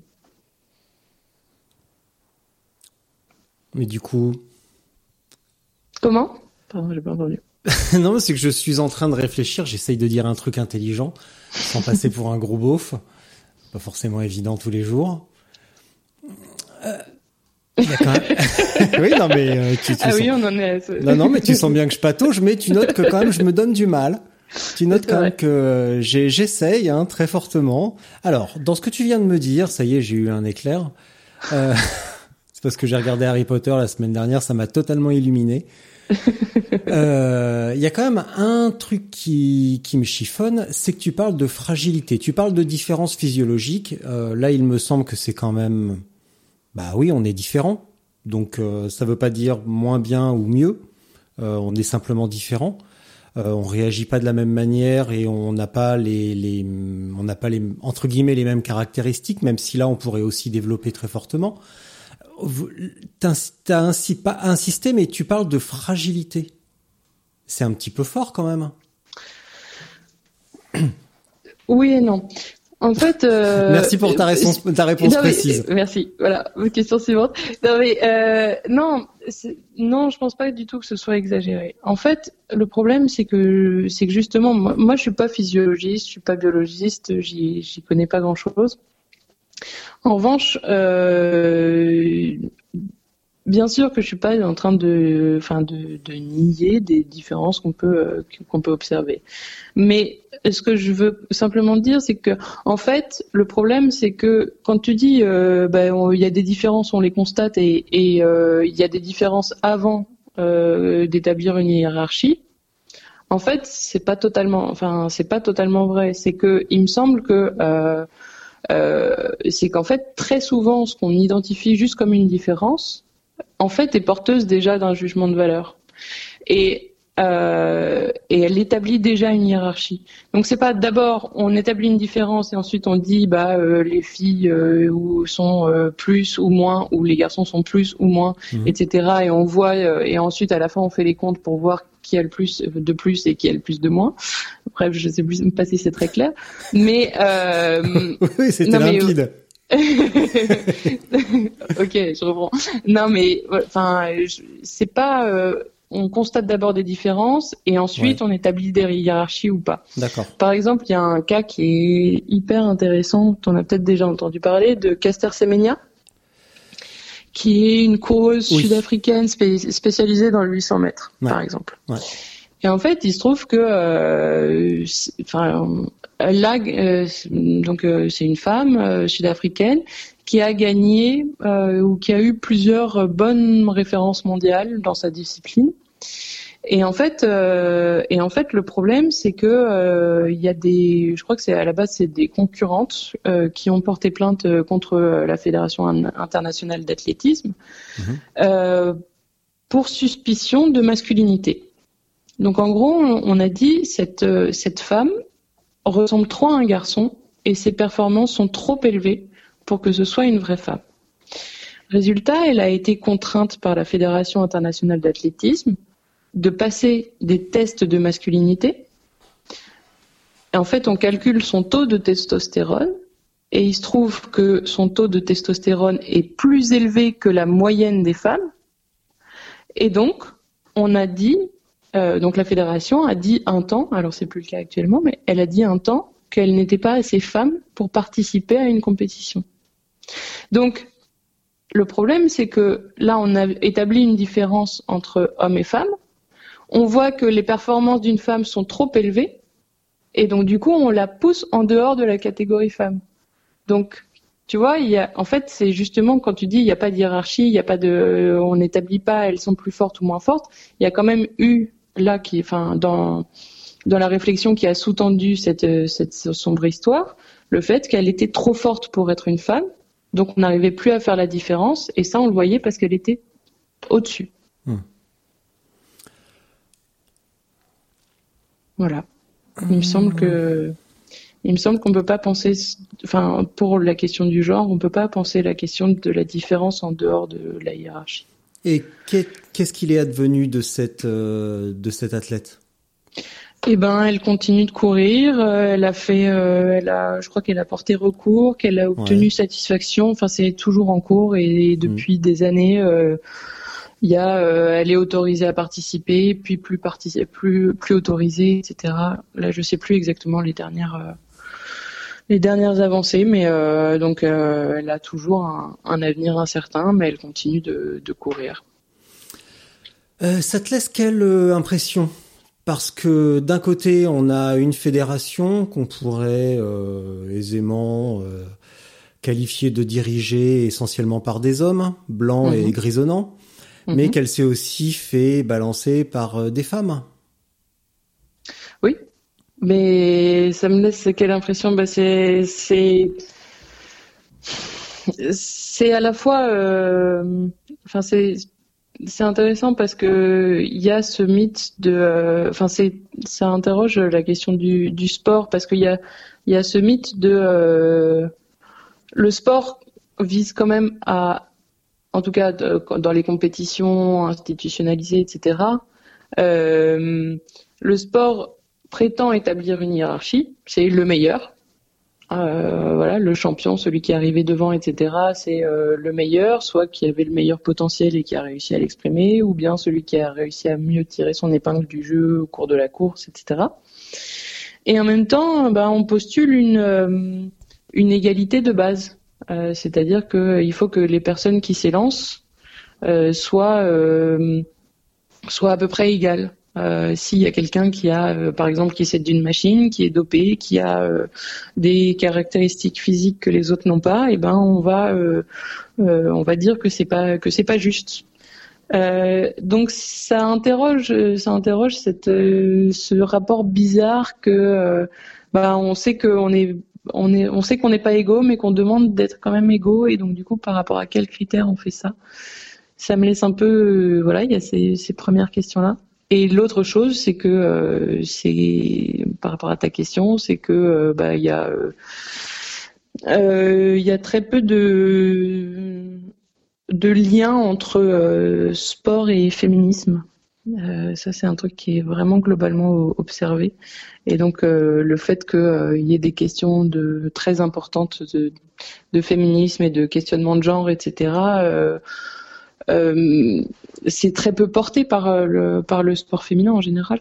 Mais du coup...
Comment ? Pardon, j'ai pas entendu.
Non, c'est que je suis en train de réfléchir, j'essaye de dire un truc intelligent, sans passer pour un gros beauf. Pas forcément évident tous les jours. Euh... Il y a quand même... oui, non, mais euh, tu, tu
ah
sens...
oui, on en est. À ce...
Non, non, mais tu sens bien que je patauge, mais tu notes que quand même je me donne du mal. Tu notes quand même que j'ai, j'essaye hein, très fortement. Alors, dans ce que tu viens de me dire, ça y est, j'ai eu un éclair. Euh... C'est parce que j'ai regardé Harry Potter la semaine dernière, ça m'a totalement illuminé. Euh, il y a quand même un truc qui, qui me chiffonne, c'est que tu parles de fragilité, tu parles de différence physiologique. Euh, là, il me semble que c'est quand même, bah oui, on est différent. Donc, euh, ça veut pas dire moins bien ou mieux. Euh, on est simplement différent. Euh, on réagit pas de la même manière et on n'a pas les, les, on n'a pas les entre guillemets les mêmes caractéristiques. Même si là, on pourrait aussi développer très fortement. T'as ainsi pas insisté, mais tu parles de fragilité. C'est un petit peu fort quand même.
Oui et non. En fait. Euh,
merci pour ta réponse, ta réponse
non, mais,
précise.
Merci. Voilà. Question suivante. Non mais euh, non, non, je pense pas du tout que ce soit exagéré. En fait, le problème c'est que c'est que justement, moi, moi, je suis pas physiologiste, je suis pas biologiste, j'y, j'y connais pas grand chose. En revanche, euh, bien sûr que je suis pas en train de, enfin, de, de nier des différences qu'on peut, qu'on peut observer. Mais ce que je veux simplement dire, c'est que, en fait, le problème, c'est que quand tu dis, euh, ben, il y a des différences, on les constate, et, et euh, il y a des différences avant euh, d'établir une hiérarchie. En fait, c'est pas totalement, enfin, c'est pas totalement vrai. C'est que, il me semble que euh, euh, c'est qu'en fait, très souvent, ce qu'on identifie juste comme une différence, en fait, est porteuse déjà d'un jugement de valeur. Et Euh, et elle établit déjà une hiérarchie. Donc c'est pas d'abord on établit une différence et ensuite on dit bah euh, les filles euh, ou sont euh, plus ou moins ou les garçons sont plus ou moins, mmh. et cetera. Et on voit euh, et ensuite à la fin on fait les comptes pour voir qui a le plus de plus et qui a le plus de moins. Bref, je sais plus pas si c'est très clair, mais euh,
oui c'était non, limpide.
Ok, je reprends. Non mais enfin c'est pas euh, on constate d'abord des différences et ensuite ouais. on établit des hiérarchies ou pas.
D'accord.
Par exemple, il y a un cas qui est hyper intéressant, tu en as peut-être déjà entendu parler, de Caster Semenya, qui est une coureuse oui. sud-africaine spé- spécialisée dans le huit cents mètres, ouais. par exemple. Ouais. Et en fait, il se trouve que, euh, enfin, là, euh, donc euh, c'est une femme euh, sud-africaine qui a gagné euh, ou qui a eu plusieurs bonnes références mondiales dans sa discipline. Et en fait, euh, et en fait, le problème, c'est que euh, il y a des, je crois que c'est à la base, c'est des concurrentes euh, qui ont porté plainte contre la Fédération internationale d'athlétisme mmh. euh, pour suspicion de masculinité. Donc en gros, on a dit cette cette femme ressemble trop à un garçon et ses performances sont trop élevées pour que ce soit une vraie femme. Résultat, elle a été contrainte par la Fédération internationale d'athlétisme de passer des tests de masculinité. Et en fait, on calcule son taux de testostérone et il se trouve que son taux de testostérone est plus élevé que la moyenne des femmes. Et donc, on a dit, euh, donc la fédération a dit un temps, alors c'est plus le cas actuellement, mais elle a dit un temps qu'elle n'était pas assez femme pour participer à une compétition. Donc, le problème, c'est que là, on a établi une différence entre hommes et femmes. On voit que les performances d'une femme sont trop élevées et donc du coup on la pousse en dehors de la catégorie femme. Donc tu vois, il y a, en fait c'est justement quand tu dis il n'y a pas de hiérarchie, il y a pas de, on n'établit pas elles sont plus fortes ou moins fortes. Il y a quand même eu là qui, enfin dans dans la réflexion qui a sous-tendu cette cette sombre histoire, le fait qu'elle était trop forte pour être une femme, donc on n'arrivait plus à faire la différence et ça on le voyait parce qu'elle était au-dessus. Hum. Voilà. Il me semble que, il me semble qu'on peut pas penser, enfin, pour la question du genre, on peut pas penser la question de la différence en dehors de la hiérarchie.
Et qu'est-ce qu'il est advenu de cette, euh, de cette athlète?
Eh ben, elle continue de courir. Elle a fait, euh, elle a, je crois qu'elle a porté recours, qu'elle a obtenu ouais. satisfaction. Enfin, c'est toujours en cours et depuis mmh. des années. Euh, Il y a, euh, elle est autorisée à participer, puis plus partici- plus plus autorisée, et cetera. Là, je sais plus exactement les dernières euh, les dernières avancées, mais euh, donc euh, elle a toujours un, un avenir incertain, mais elle continue de, de courir.
Euh, ça te laisse quelle euh, impression? Parce que d'un côté, on a une fédération qu'on pourrait euh, aisément euh, qualifier de dirigée essentiellement par des hommes blancs mmh. et grisonnants. Mais mmh. qu'elle s'est aussi fait balancer par euh, des femmes.
Oui, mais ça me laisse quelle impression? Bah c'est c'est c'est à la fois, euh... enfin c'est c'est intéressant parce que il y a ce mythe de, enfin euh, c'est ça interroge la question du du sport parce qu'il y a il y a ce mythe de euh... le sport vise quand même à en tout cas de, dans les compétitions institutionnalisées, et cetera, euh, le sport prétend établir une hiérarchie, c'est le meilleur. Euh, voilà, le champion, celui qui est arrivé devant, et cetera, c'est euh, le meilleur, soit qui avait le meilleur potentiel et qui a réussi à l'exprimer, ou bien celui qui a réussi à mieux tirer son épingle du jeu au cours de la course, et cetera. Et en même temps, bah, on postule une, euh, une égalité de base. Euh, c'est-à-dire qu'il faut que les personnes qui s'élancent euh, soient, euh, soient à peu près égales. Euh, s'il y a quelqu'un qui a, euh, par exemple, qui s'aide d'une machine, qui est dopé, qui a euh, des caractéristiques physiques que les autres n'ont pas, et ben on va, euh, euh, on va dire que c'est pas que c'est pas juste. Euh, donc ça interroge, ça interroge cette, euh, ce rapport bizarre que, euh, bah, on sait qu'on est on est, on sait qu'on n'est pas égaux, mais qu'on demande d'être quand même égaux, et donc du coup, par rapport à quels critères on fait ça? Ça me laisse un peu, euh, voilà, il y a ces, ces premières questions-là. Et l'autre chose, c'est que euh, c'est par rapport à ta question, c'est que euh, bah il y a euh, euh, il y a très peu de de liens entre euh, sport et féminisme. Euh, ça, c'est un truc qui est vraiment globalement observé. Et donc, euh, le fait qu'il euh, y ait des questions de très importantes de, de féminisme et de questionnement de genre, et cetera. Euh, euh, c'est très peu porté par le par le sport féminin en général.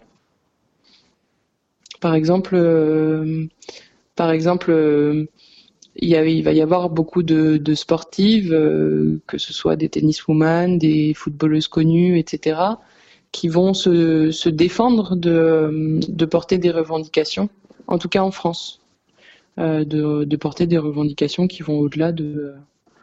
Par exemple, euh, par exemple. Euh, Il, y a, il va y avoir beaucoup de, de sportives, euh, que ce soit des tenniswomen, des footballeuses connues, et cetera, qui vont se, se défendre de, de porter des revendications, en tout cas en France, euh, de, de porter des revendications qui vont au-delà de,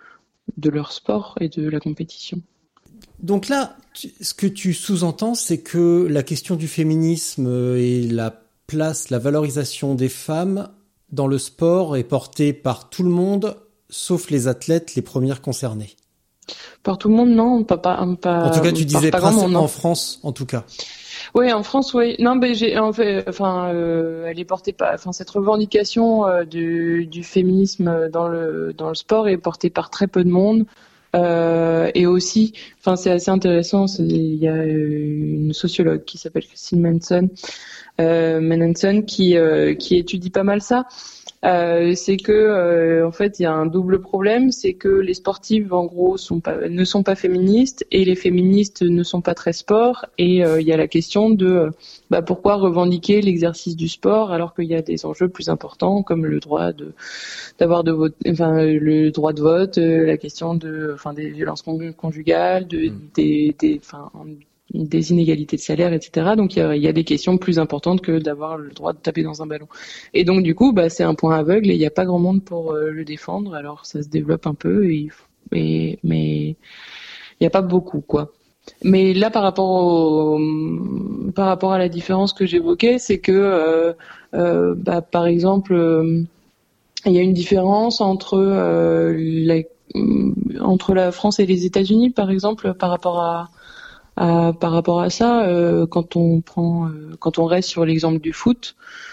de leur sport et de la compétition.
Donc là, tu, ce que tu sous-entends, c'est que la question du féminisme et la place, la valorisation des femmes dans le sport est porté par tout le monde, sauf les athlètes, les premières concernées.
Par tout le monde, non, pas pas. pas
en tout cas, tu disais principalement
en
France, en tout cas.
Oui, en France, oui. Non, mais j'ai en fait, enfin, euh, elle est portée par, enfin, cette revendication euh, du, du féminisme dans le dans le sport est portée par très peu de monde. Euh, et aussi, enfin, c'est assez intéressant. Il y a une sociologue qui s'appelle Christine Manson. Euh, Menenson qui euh, qui étudie pas mal ça, euh, c'est que euh, en fait il y a un double problème, c'est que les sportives en gros sont pas, ne sont pas féministes et les féministes ne sont pas très sport, et euh, il y a la question de euh, bah, pourquoi revendiquer l'exercice du sport alors qu'il y a des enjeux plus importants comme le droit de d'avoir de vote, enfin le droit de vote, euh, la question de enfin des violences conjugales, de mmh. des des enfin des inégalités de salaire, et cetera. Donc il y a, y a des questions plus importantes que d'avoir le droit de taper dans un ballon. Et donc du coup, bah c'est un point aveugle et il n'y a pas grand monde pour euh, le défendre. Alors ça se développe un peu, et, et mais il n'y a pas beaucoup, quoi. Mais là, par rapport au, par rapport à la différence que j'évoquais, c'est que euh, euh, bah, par exemple, euh, il y a une différence entre euh, la, entre la France et les États-Unis, par exemple, par rapport à Euh, par rapport à ça, euh, quand on prend, euh, quand on reste sur l'exemple du foot,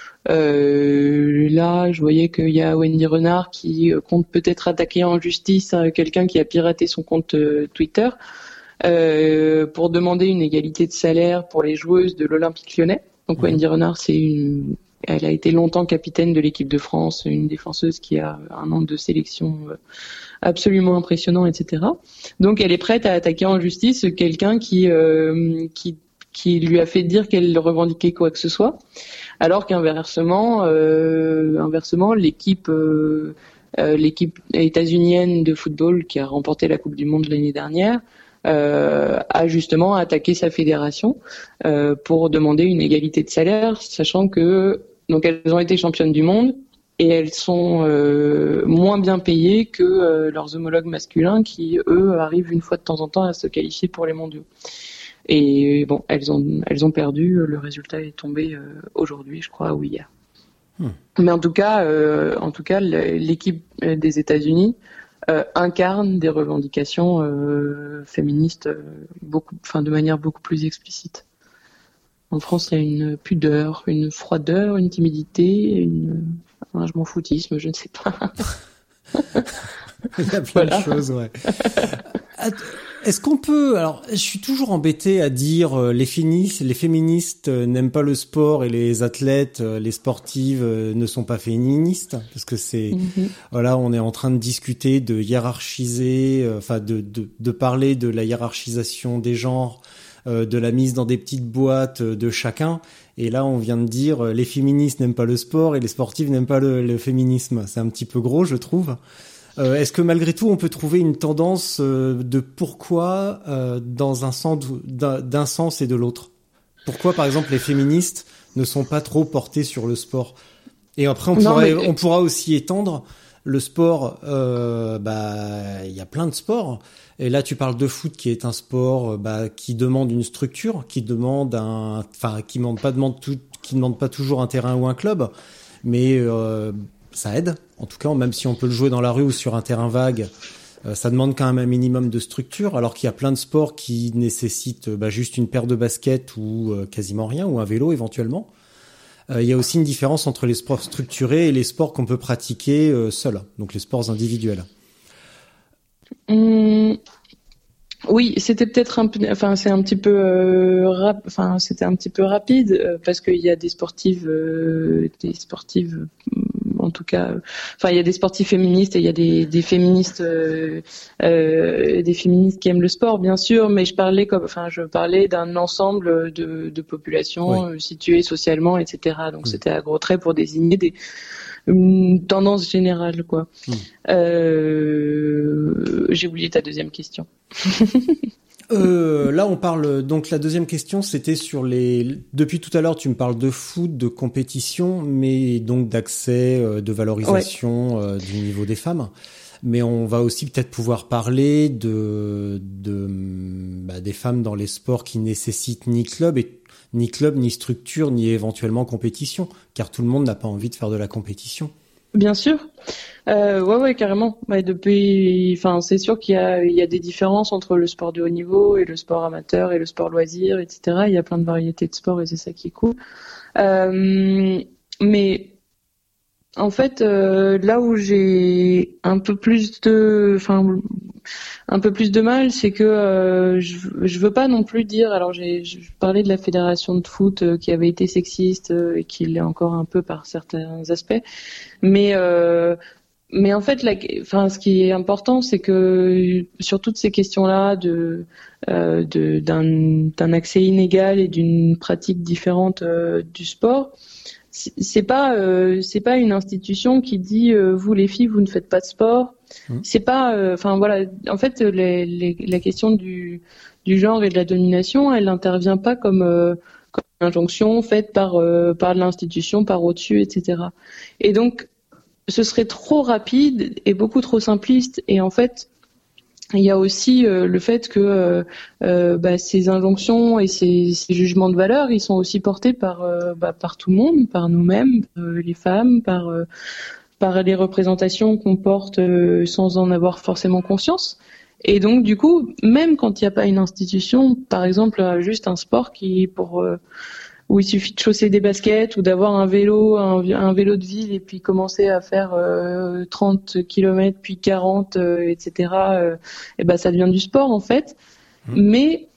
euh, là, je voyais qu'il y a Wendy Renard qui euh, compte peut-être attaquer en justice à quelqu'un qui a piraté son compte euh, Twitter euh, pour demander une égalité de salaire pour les joueuses de l'Olympique Lyonnais. Donc mmh. Wendy Renard, c'est une, elle a été longtemps capitaine de l'équipe de France, une défenseuse qui a un nombre de sélections euh, absolument impressionnant, et cetera. Donc elle est prête à attaquer en justice quelqu'un qui euh, qui qui lui a fait dire qu'elle revendiquait quoi que ce soit, alors qu'inversement, euh, inversement, l'équipe euh, euh, l'équipe états-unienne de football qui a remporté la Coupe du Monde l'année dernière euh, a justement attaqué sa fédération euh, pour demander une égalité de salaire, sachant que donc elles ont été championnes du monde. Et elles sont euh, moins bien payées que euh, leurs homologues masculins qui, eux, arrivent une fois de temps en temps à se qualifier pour les mondiaux. Et bon, elles ont elles ont perdu. Le résultat est tombé euh, aujourd'hui, je crois, ou hier. Hmm. Mais en tout cas, euh, en tout cas, l'équipe des États-Unis euh, incarne des revendications euh, féministes euh, beaucoup, enfin, de manière beaucoup plus explicite. En France, il y a une pudeur, une froideur, une timidité, une un je m'en foutisme, je ne sais pas.
Il y a plein voilà. de choses, ouais. Est-ce qu'on peut... Alors, je suis toujours embêté à dire euh, les, féministes, les féministes euh, n'aiment pas le sport et les athlètes, euh, les sportives euh, ne sont pas féministes, parce que c'est... Mm-hmm. Voilà, on est en train de discuter, de hiérarchiser, enfin, euh, de, de, de parler de la hiérarchisation des genres, euh, de la mise dans des petites boîtes euh, de chacun. Et là, on vient de dire euh, les féministes n'aiment pas le sport et les sportives n'aiment pas le, le féminisme. C'est un petit peu gros, je trouve. Euh, est-ce que malgré tout, on peut trouver une tendance euh, de pourquoi euh, dans un sens, d'un, d'un sens et de l'autre? Pourquoi, par exemple, les féministes ne sont pas trop portées sur le sport? Et après, on, non, pourrait, mais... on pourra aussi étendre le sport. Euh, bah, il y a plein de sports. Et là, tu parles de foot, qui est un sport bah, qui demande une structure, qui demande un, enfin, qui demande pas demande tout, qui demande pas toujours un terrain ou un club, mais euh, ça aide. En tout cas, même si on peut le jouer dans la rue ou sur un terrain vague, euh, ça demande quand même un minimum de structure. Alors qu'il y a plein de sports qui nécessitent bah, juste une paire de baskets ou euh, quasiment rien, ou un vélo éventuellement. Euh, il y a aussi une différence entre les sports structurés et les sports qu'on peut pratiquer euh, seul, donc les sports individuels.
Mmh. Oui, c'était peut-être un peu, enfin c'est un petit peu, euh, rap... enfin c'était un petit peu rapide euh, parce qu'il y a des sportives, euh, des sportives, euh, en tout cas, euh, enfin il y a des sportifs féministes et il y a des, des féministes, euh, euh, des féministes qui aiment le sport bien sûr, mais je parlais comme, enfin je parlais d'un ensemble de, de populations oui. euh, situées socialement, et cetera. Donc mmh. c'était à gros traits pour désigner des une tendance générale, quoi. Mmh. Euh, j'ai oublié ta deuxième question.
euh, là, on parle donc la deuxième question, c'était sur les. Depuis tout à l'heure, tu me parles de foot, de compétition, mais donc d'accès, de valorisation ouais. euh, du niveau des femmes. Mais on va aussi peut-être pouvoir parler de, de bah, des femmes dans les sports qui nécessitent ni club et ni club, ni structure, ni éventuellement compétition, car tout le monde n'a pas envie de faire de la compétition.
Bien sûr, euh, ouais, ouais, carrément. Ouais, depuis, enfin, c'est sûr qu'il y a, il y a des différences entre le sport de haut niveau et le sport amateur et le sport loisir, et cetera. Il y a plein de variétés de sports et c'est ça qui est cool. Euh, mais en fait, euh, là où j'ai un peu plus de, enfin, un peu plus de mal, c'est que euh, je, je veux pas non plus dire. Alors, j'ai je parlais de la fédération de foot euh, qui avait été sexiste euh, et qui l'est encore un peu par certains aspects, mais euh, mais en fait, la, enfin, ce qui est important, c'est que sur toutes ces questions-là de, euh, de d'un, d'un accès inégal et d'une pratique différente euh, du sport. C'est pas euh, c'est pas une institution qui dit euh, vous les filles vous ne faites pas de sport. Mmh. C'est pas enfin euh, voilà en fait les, les, la question du du genre et de la domination elle n'intervient pas comme euh, comme une injonction faite par euh, par l'institution par au-dessus et cetera. Et donc ce serait trop rapide et beaucoup trop simpliste et en fait il y a aussi euh, le fait que euh, euh, bah, ces injonctions et ces, ces jugements de valeur, ils sont aussi portés par euh, bah, par tout le monde, par nous-mêmes, euh, les femmes, par euh, par les représentations qu'on porte euh, sans en avoir forcément conscience. Et donc du coup, même quand il n'y a pas une institution, par exemple juste un sport qui pour euh, où il suffit de chausser des baskets ou d'avoir un vélo, un, un vélo de ville et puis commencer à faire euh, trente kilomètres puis quarante, euh, et cetera. Euh, et ben ça devient du sport en fait. Mmh. Mais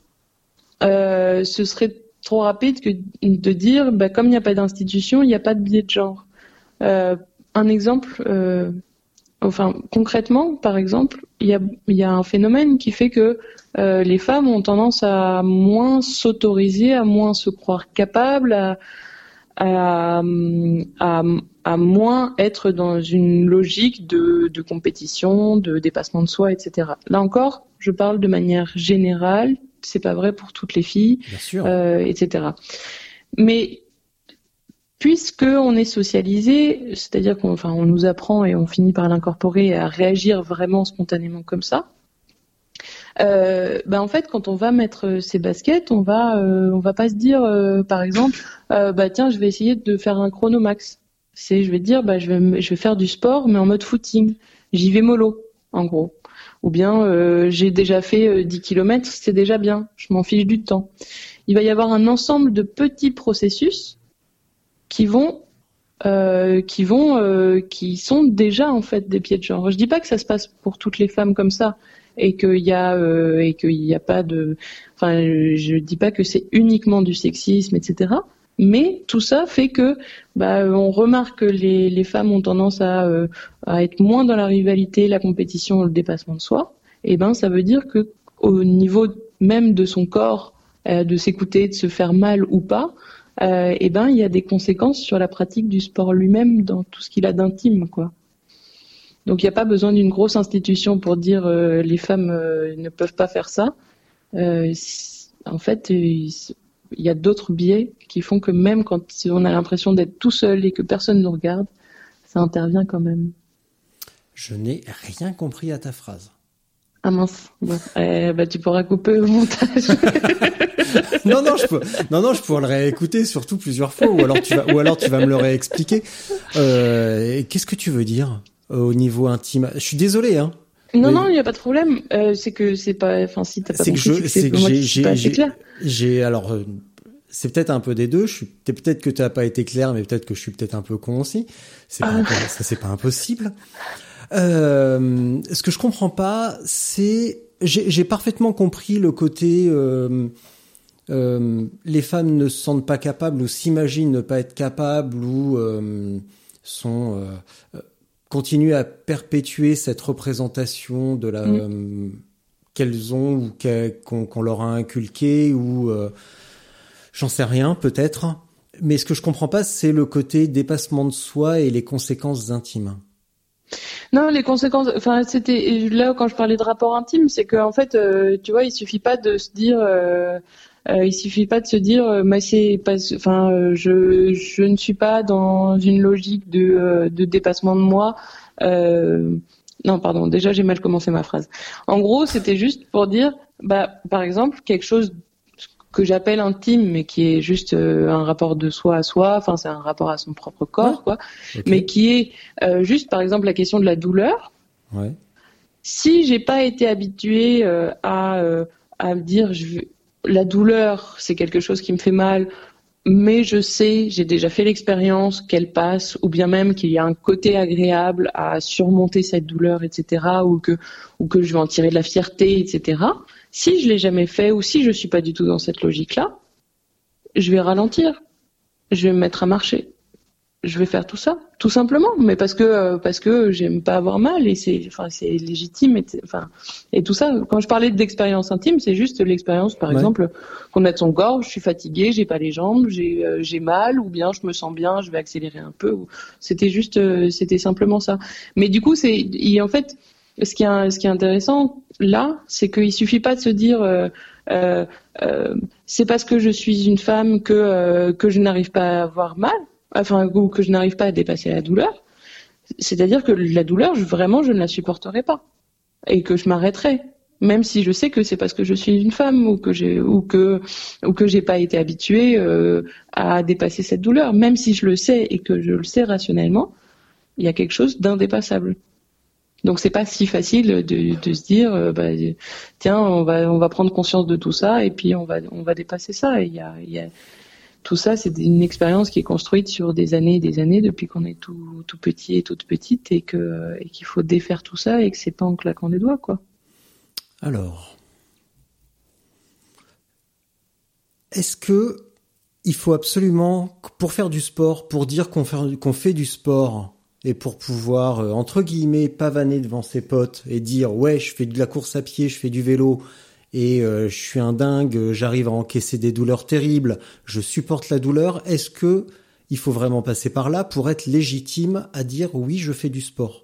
euh, ce serait trop rapide que de dire, bah, comme il n'y a pas d'institution, il n'y a pas de biais de genre. Euh, un exemple, euh, enfin concrètement, par exemple, il y a, il y a un phénomène qui fait que Euh, les femmes ont tendance à moins s'autoriser, à moins se croire capables, à, à, à, à moins être dans une logique de, de compétition, de dépassement de soi, et cetera. Là encore, je parle de manière générale, c'est pas vrai pour toutes les filles,
Bien sûr.
Euh, et cetera. Mais puisque on est socialisé, c'est-à-dire qu'on, enfin, on nous apprend et on finit par l'incorporer à réagir vraiment spontanément comme ça. Euh, bah en fait, quand on va mettre ses baskets, on va, euh, on va pas se dire, euh, par exemple, euh, bah tiens, je vais essayer de faire un chrono max. C'est, je vais dire, bah je vais, je vais faire du sport, mais en mode footing. J'y vais mollo, en gros. Ou bien, euh, j'ai déjà fait euh, dix kilomètres, c'est déjà bien. Je m'en fiche du temps. Il va y avoir un ensemble de petits processus qui vont, euh, qui vont, euh, qui sont déjà en fait des pieds de genre. Je dis pas que ça se passe pour toutes les femmes comme ça. Et qu'il y a euh, et qu'il y a pas de, enfin, je dis pas que c'est uniquement du sexisme, et cetera. Mais tout ça fait que, bah, on remarque que les les femmes ont tendance à euh, à être moins dans la rivalité, la compétition, le dépassement de soi. Et ben, ça veut dire que au niveau même de son corps, euh, de s'écouter, de se faire mal ou pas, euh, et ben, il y a des conséquences sur la pratique du sport lui-même dans tout ce qu'il a d'intime, quoi. Donc il n'y a pas besoin d'une grosse institution pour dire euh, les femmes euh, ne peuvent pas faire ça. Euh, en fait, il y a d'autres biais qui font que même quand on a l'impression d'être tout seul et que personne nous regarde, ça intervient quand même.
Je n'ai rien compris à ta phrase.
Ah mince. Bon, eh, bah tu pourras couper au montage.
non non je peux non non je pourrais le réécouter surtout plusieurs fois ou alors tu vas ou alors tu vas me le réexpliquer. Euh, qu'est-ce que tu veux dire euh, au niveau intime? Je suis désolé hein.
Non, mais... non, il n'y a pas de problème. Euh, c'est que c'est pas, enfin, si t'as pas
c'est
compris,
que je,
c'est, c'est que j'ai, j'ai,
j'ai,
j'ai, clair.
j'ai, alors, euh, c'est peut-être un peu des deux. Je suis, peut-être que t'as pas été clair, mais peut-être que je suis peut-être un peu con aussi. C'est pas, ah. ça, c'est pas impossible. Euh, ce que je comprends pas, c'est, j'ai, j'ai parfaitement compris le côté, euh, euh, les femmes ne se sentent pas capables ou s'imaginent ne pas être capables ou euh, sont euh, continuent à perpétuer cette représentation de la mmh. euh, qu'elles ont ou qu'on, qu'on leur a inculqué ou euh, j'en sais rien peut-être. Mais ce que je comprends pas, c'est le côté dépassement de soi et les conséquences intimes.
Non, les conséquences. Enfin, c'était là quand je parlais de rapport intime, c'est qu'en fait, euh, tu vois, il suffit pas de se dire. Euh, Euh, il suffit pas de se dire, euh, mais c'est pas, enfin, euh, je je ne suis pas dans une logique de euh, de dépassement de moi. Euh, non, pardon. Déjà, j'ai mal commencé ma phrase. En gros, c'était juste pour dire, bah, par exemple, quelque chose que j'appelle intime, mais qui est juste euh, un rapport de soi à soi. Enfin, c'est un rapport à son propre corps, ouais. quoi. Okay. Mais qui est euh, juste, par exemple, la question de la douleur.
Ouais.
Si j'ai pas été habituée euh, à euh, à me dire, je veux la douleur, c'est quelque chose qui me fait mal, mais je sais, j'ai déjà fait l'expérience qu'elle passe, ou bien même qu'il y a un côté agréable à surmonter cette douleur, et cetera, ou que, ou que je vais en tirer de la fierté, et cetera. Si je l'ai jamais fait, ou si je suis pas du tout dans cette logique-là, je vais ralentir, je vais me mettre à marcher. Je vais faire tout ça, tout simplement, mais parce que euh, parce que j'aime pas avoir mal et c'est enfin c'est légitime et enfin et tout ça. Quand je parlais d'expérience intime, c'est juste l'expérience, par ouais. exemple, qu'on a de son corps. Je suis fatiguée, j'ai pas les jambes, j'ai euh, j'ai mal, ou bien je me sens bien, je vais accélérer un peu. C'était juste, euh, c'était simplement ça. Mais du coup, c'est il, en fait, ce qui est ce qui est intéressant là, c'est qu'il suffit pas de se dire euh, euh, euh, c'est parce que je suis une femme que euh, que je n'arrive pas à avoir mal. Enfin, ou que je n'arrive pas à dépasser la douleur, c'est-à-dire que la douleur, je, vraiment, je ne la supporterai pas et que je m'arrêterai, même si je sais que c'est parce que je suis une femme ou que j'ai ou que ou que j'ai pas été habituée euh, à dépasser cette douleur, même si je le sais et que je le sais rationnellement, il y a quelque chose d'indépassable. Donc c'est pas si facile de, de se dire, euh, bah, tiens, on va on va prendre conscience de tout ça et puis on va on va dépasser ça. Et il y a il y a tout ça, c'est une expérience qui est construite sur des années et des années depuis qu'on est tout, tout petit et toute petite et que et qu'il faut défaire tout ça et que c'est pas en claquant des doigts, quoi.
Alors, est-ce que il faut absolument, pour faire du sport, pour dire qu'on fait, qu'on fait du sport et pour pouvoir, euh, entre guillemets, pavaner devant ses potes et dire « ouais, je fais de la course à pied, je fais du vélo », et euh, je suis un dingue, j'arrive à encaisser des douleurs terribles, je supporte la douleur. Est-ce que il faut vraiment passer par là pour être légitime à dire oui, je fais du sport?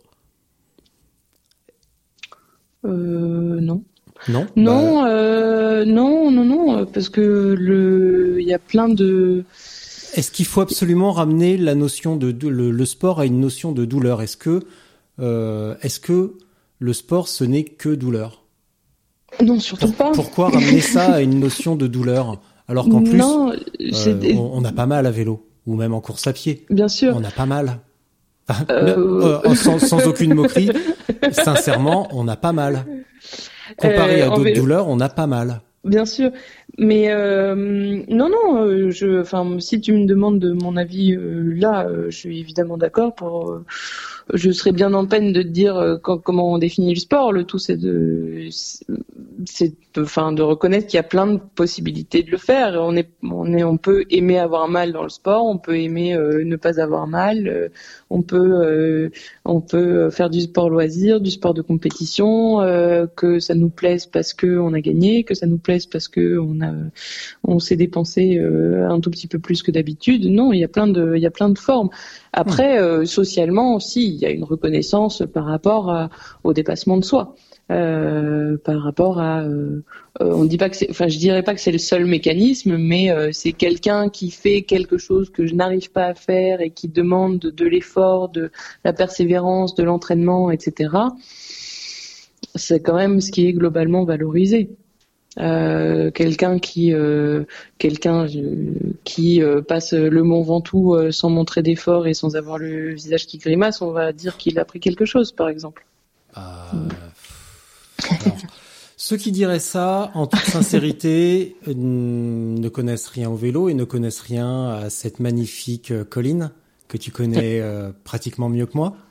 Euh, non.
Non.
Non,
bah...
euh, non, non, non, parce que le, il y a plein de.
Est-ce qu'il faut absolument ramener la notion de, de le, le sport à une notion de douleur? Est-ce que, euh, est-ce que le sport ce n'est que douleur?
Non, surtout
Pour,
pas.
Pourquoi ramener ça à une notion de douleur alors qu'en plus, non, euh, on, on a pas mal à vélo ou même en course à pied.
Bien sûr.
On a pas mal. Euh... euh, sans, sans aucune moquerie, sincèrement, on a pas mal. Comparé euh, à d'autres vélo... douleurs, on a pas mal.
Bien sûr, mais euh, non, non. Je, enfin, si tu me demandes de mon avis euh, là, euh, je suis évidemment d'accord. Pour, euh, je serais bien en peine de te dire euh, quand, comment on définit le sport. Le tout, c'est de, c'est, enfin, de reconnaître qu'il y a plein de possibilités de le faire. On est, on est, on peut aimer avoir mal dans le sport, on peut aimer euh, ne pas avoir mal, euh, on peut, euh, on peut faire du sport loisir, du sport de compétition, euh, que ça nous plaise parce que on a gagné, que ça nous plaise parce que on a, on s'est dépensé euh, un tout petit peu plus que d'habitude. Non, il y a plein de, il y a plein de formes. Après, euh, socialement aussi, il y a une reconnaissance par rapport à, au dépassement de soi. Euh, par rapport à, euh, euh, on dit pas que c'est, enfin, je dirais pas que c'est le seul mécanisme, mais euh, c'est quelqu'un qui fait quelque chose que je n'arrive pas à faire et qui demande de, de l'effort, de la persévérance, de l'entraînement, et cetera. c'est quand même ce qui est globalement valorisé. Euh, quelqu'un qui euh, quelqu'un euh, qui euh, passe le Mont Ventoux euh, sans montrer d'effort et sans avoir le visage qui grimace, on va dire qu'il a pris quelque chose, par exemple.
Euh... Alors, ceux qui diraient ça, en toute sincérité, euh, ne connaissent rien au vélo et ne connaissent rien à cette magnifique euh, colline que tu connais euh, pratiquement mieux que moi.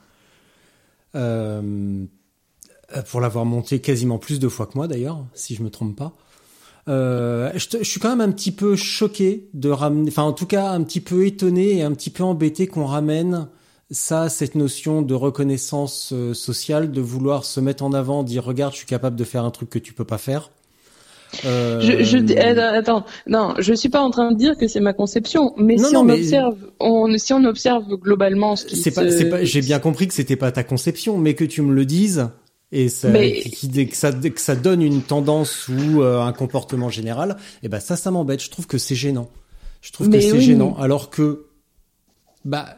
Euh, pour l'avoir monté quasiment plus de fois que moi d'ailleurs, si je me trompe pas. Euh, je, te, je suis quand même un petit peu choqué de ramener, enfin en tout cas un petit peu étonné et un petit peu embêté qu'on ramène ça, cette notion de reconnaissance euh, sociale, de vouloir se mettre en avant, dire regarde, je suis capable de faire un truc que tu peux pas faire. Euh...
Je, je, euh, attends, non, je suis pas en train de dire que c'est ma conception, mais non, si non, on mais... observe, on, si on observe globalement ce qui
c'est
se...
pas, c'est pas, j'ai bien compris que c'était pas ta conception, mais que tu me le dises et ça, mais... qui, que ça, que ça donne une tendance ou euh, un comportement général, et ben ça, ça m'embête. Je trouve que c'est gênant. Je trouve mais que c'est oui. gênant, alors que, bah,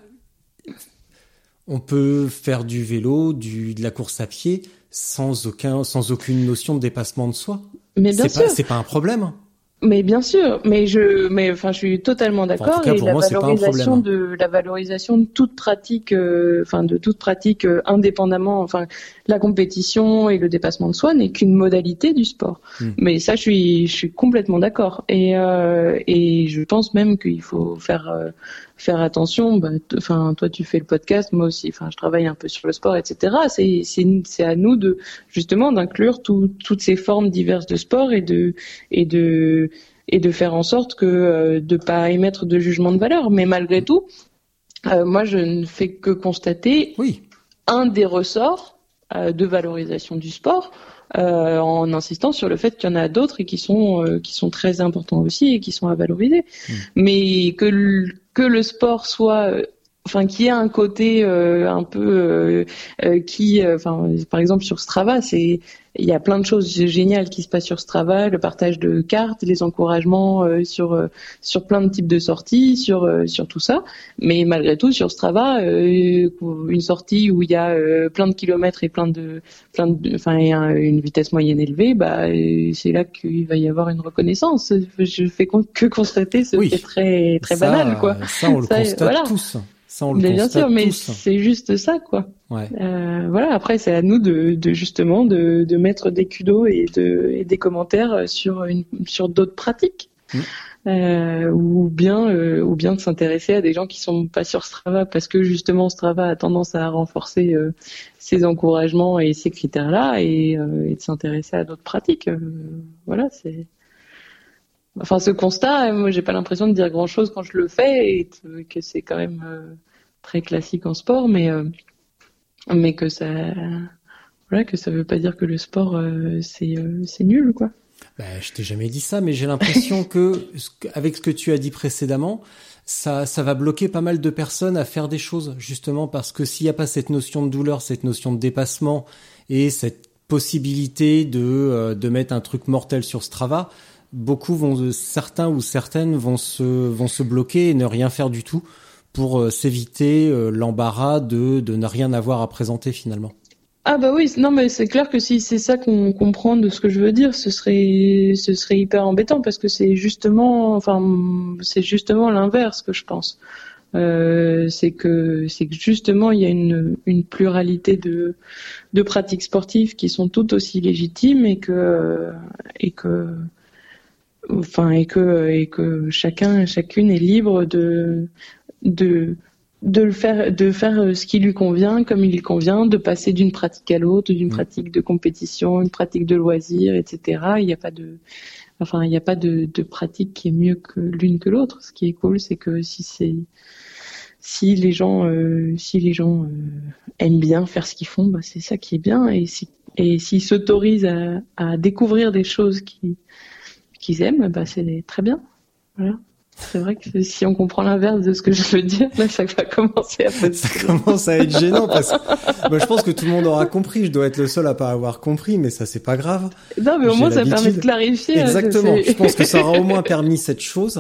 on peut faire du vélo, du, de la course à pied sans aucun, sans aucune notion de dépassement de soi.
Mais bien
c'est
sûr.
Pas, c'est pas un problème.
Mais bien sûr, mais je, mais enfin, je suis totalement d'accord. Enfin, en tout cas, pour et moi, la valorisation de la valorisation de toute pratique, euh, enfin de toute pratique euh, indépendamment, enfin la compétition et le dépassement de soi n'est qu'une modalité du sport. Mmh. Mais ça, je suis, je suis complètement d'accord. Et euh, et je pense même qu'il faut faire euh, faire attention. Bah, enfin, toi, tu fais le podcast, moi aussi. Enfin, je travaille un peu sur le sport, et cetera. C'est c'est c'est à nous de justement d'inclure tout, toutes ces formes diverses de sport et de et de et de faire en sorte que euh, de pas émettre de jugement de valeur. Mais malgré tout, euh, moi, je ne fais que constater
oui.
un des ressorts euh, de valorisation du sport, euh, en insistant sur le fait qu'il y en a d'autres et qui sont euh, qui sont très importants aussi et qui sont à valoriser. Mmh. Mais que le, que le sport soit euh, enfin qui a un côté euh, un peu euh, euh, qui enfin euh, par exemple sur Strava, c'est il y a plein de choses géniales qui se passent sur Strava, le partage de cartes, les encouragements euh, sur euh, sur plein de types de sorties, sur euh, sur tout ça. Mais malgré tout, sur Strava, euh, une sortie où il y a euh, plein de kilomètres et plein de plein de enfin une vitesse moyenne élevée, bah c'est là qu'il va y avoir une reconnaissance. Je fais que constater ce
oui.
qui est très très
ça,
banal, quoi.
Ça, on le ça, constate voilà. tous. Ça, on le
mais
constate
bien sûr, mais
tous.
c'est juste ça, quoi.
Ouais.
Euh, voilà. Après, c'est à nous de, de justement de, de mettre des kudos et, de, et des commentaires sur une, sur d'autres pratiques, mmh. euh, ou bien euh, ou bien de s'intéresser à des gens qui sont pas sur Strava parce que justement Strava a tendance à renforcer euh, ces encouragements et ces critères-là et, euh, et de s'intéresser à d'autres pratiques. Euh, voilà, c'est. Enfin, ce constat, moi, j'ai pas l'impression de dire grand-chose quand je le fais et que c'est quand même euh, très classique en sport, mais euh, mais que ça, voilà, que ça veut pas dire que le sport euh, c'est euh, c'est nul, quoi.
Ben, je t'ai jamais dit ça, mais j'ai l'impression que avec ce que tu as dit précédemment, ça ça va bloquer pas mal de personnes à faire des choses, justement parce que s'il y a pas cette notion de douleur, cette notion de dépassement et cette possibilité de euh, de mettre un truc mortel sur Strava. Beaucoup vont, certains ou certaines vont se vont se bloquer et ne rien faire du tout pour euh, s'éviter euh, l'embarras de de ne rien avoir à présenter finalement.
Ah bah oui, non mais c'est clair que si c'est ça qu'on comprend de ce que je veux dire, ce serait ce serait hyper embêtant parce que c'est justement enfin c'est justement l'inverse que je pense. Euh, c'est que c'est que justement il y a une une pluralité de de pratiques sportives qui sont toutes aussi légitimes et que et que Enfin, et que et que chacun, chacune est libre de de de le faire, de faire ce qui lui convient, comme il lui convient, de passer d'une pratique à l'autre, d'une pratique de compétition, une pratique de loisir, et cetera. Il n'y a pas de, enfin, il n'y a pas de, de pratique qui est mieux que l'une que l'autre. Ce qui est cool, c'est que si c'est si les gens, euh, si les gens euh, aiment bien faire ce qu'ils font, bah c'est ça qui est bien. Et si et s'ils s'autorisent à, à découvrir des choses qui qu'ils aiment, bah c'est très bien. Voilà. C'est vrai que si on comprend l'inverse de ce que je veux dire, là, ça va commencer à faire...
Ça commence à être gênant parce que bah, je pense que tout le monde aura compris. Je dois être le seul à pas avoir compris, mais ça, c'est pas grave.
Non, mais au
J'ai
moins, ça
l'habitude.
permet de clarifier.
Exactement.
Hein,
je pense que ça aura au moins permis cette chose.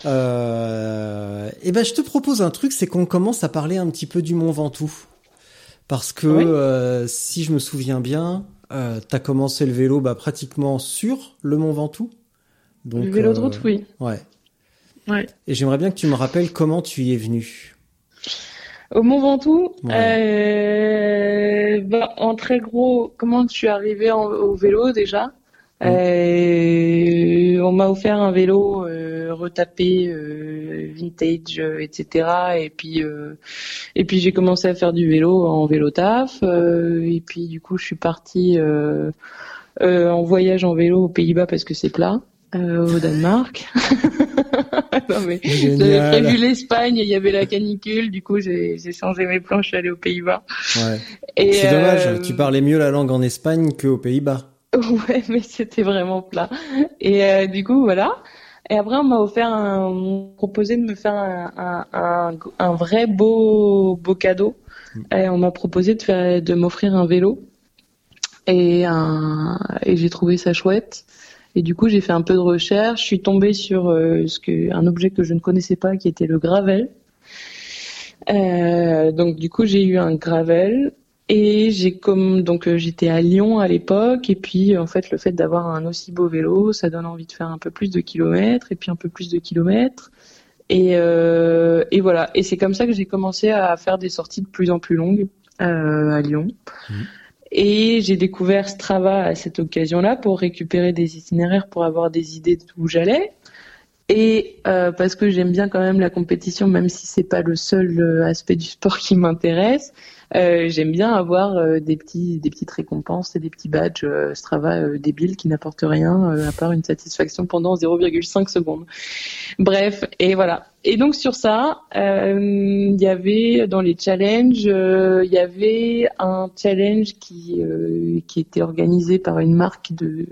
Euh... Et ben, je te propose un truc, c'est qu'on commence à parler un petit peu du Mont Ventoux. Parce que, oui. euh, si je me souviens bien, Euh, t'as commencé le vélo bah, pratiquement sur le Mont Ventoux. Donc,
le vélo de route,
euh,
oui.
Ouais.
Ouais.
Et j'aimerais bien que tu me rappelles comment tu y es venu.
Au Mont Ventoux,
ouais.
euh, bah, en très gros, comment je suis arrivée en, au vélo déjà? Mmh. Euh, on m'a offert un vélo euh, retapé, euh, vintage, euh, et cetera. Et puis, euh, et puis j'ai commencé à faire du vélo en vélo taf. Euh, et puis du coup, je suis partie euh, euh, en voyage en vélo aux Pays-Bas parce que c'est plat, euh, au Danemark. Non, mais j'avais prévu l'Espagne, il y avait la canicule, du coup j'ai, j'ai changé mes plans, je suis allée aux Pays-Bas.
Ouais. Et c'est euh... dommage, tu parlais mieux la langue en Espagne qu'aux Pays-Bas.
Ouais, mais c'était vraiment plat. Et euh, du coup, voilà. Et après, on m'a offert un, on m'a proposé de me faire un, un, un, un vrai beau, beau cadeau. Mmh. Et on m'a proposé de faire, de m'offrir un vélo. Et un, et j'ai trouvé ça chouette. Et du coup, j'ai fait un peu de recherche. Je suis tombée sur euh, ce que, un objet que je ne connaissais pas, qui était le gravel. Euh, donc, du coup, j'ai eu un gravel. Et j'ai comme donc euh, j'étais à Lyon à l'époque, et puis en fait le fait d'avoir un aussi beau vélo, ça donne envie de faire un peu plus de kilomètres, et puis un peu plus de kilomètres. Et, euh, et voilà. Et c'est comme ça que j'ai commencé à faire des sorties de plus en plus longues euh, à Lyon. Mmh. Et j'ai découvert Strava à cette occasion-là pour récupérer des itinéraires, pour avoir des idées d'où j'allais. Et euh, parce que j'aime bien quand même la compétition, même si c'est pas le seul euh, aspect du sport qui m'intéresse. Euh, j'aime bien avoir euh, des petits, des petites récompenses et des petits badges euh, Strava euh, débiles qui n'apportent rien euh, à part une satisfaction pendant zéro virgule cinq secondes. Bref, et voilà. Et donc sur ça, il euh, y avait dans les challenges, il euh, y avait un challenge qui euh, qui était organisé par une marque de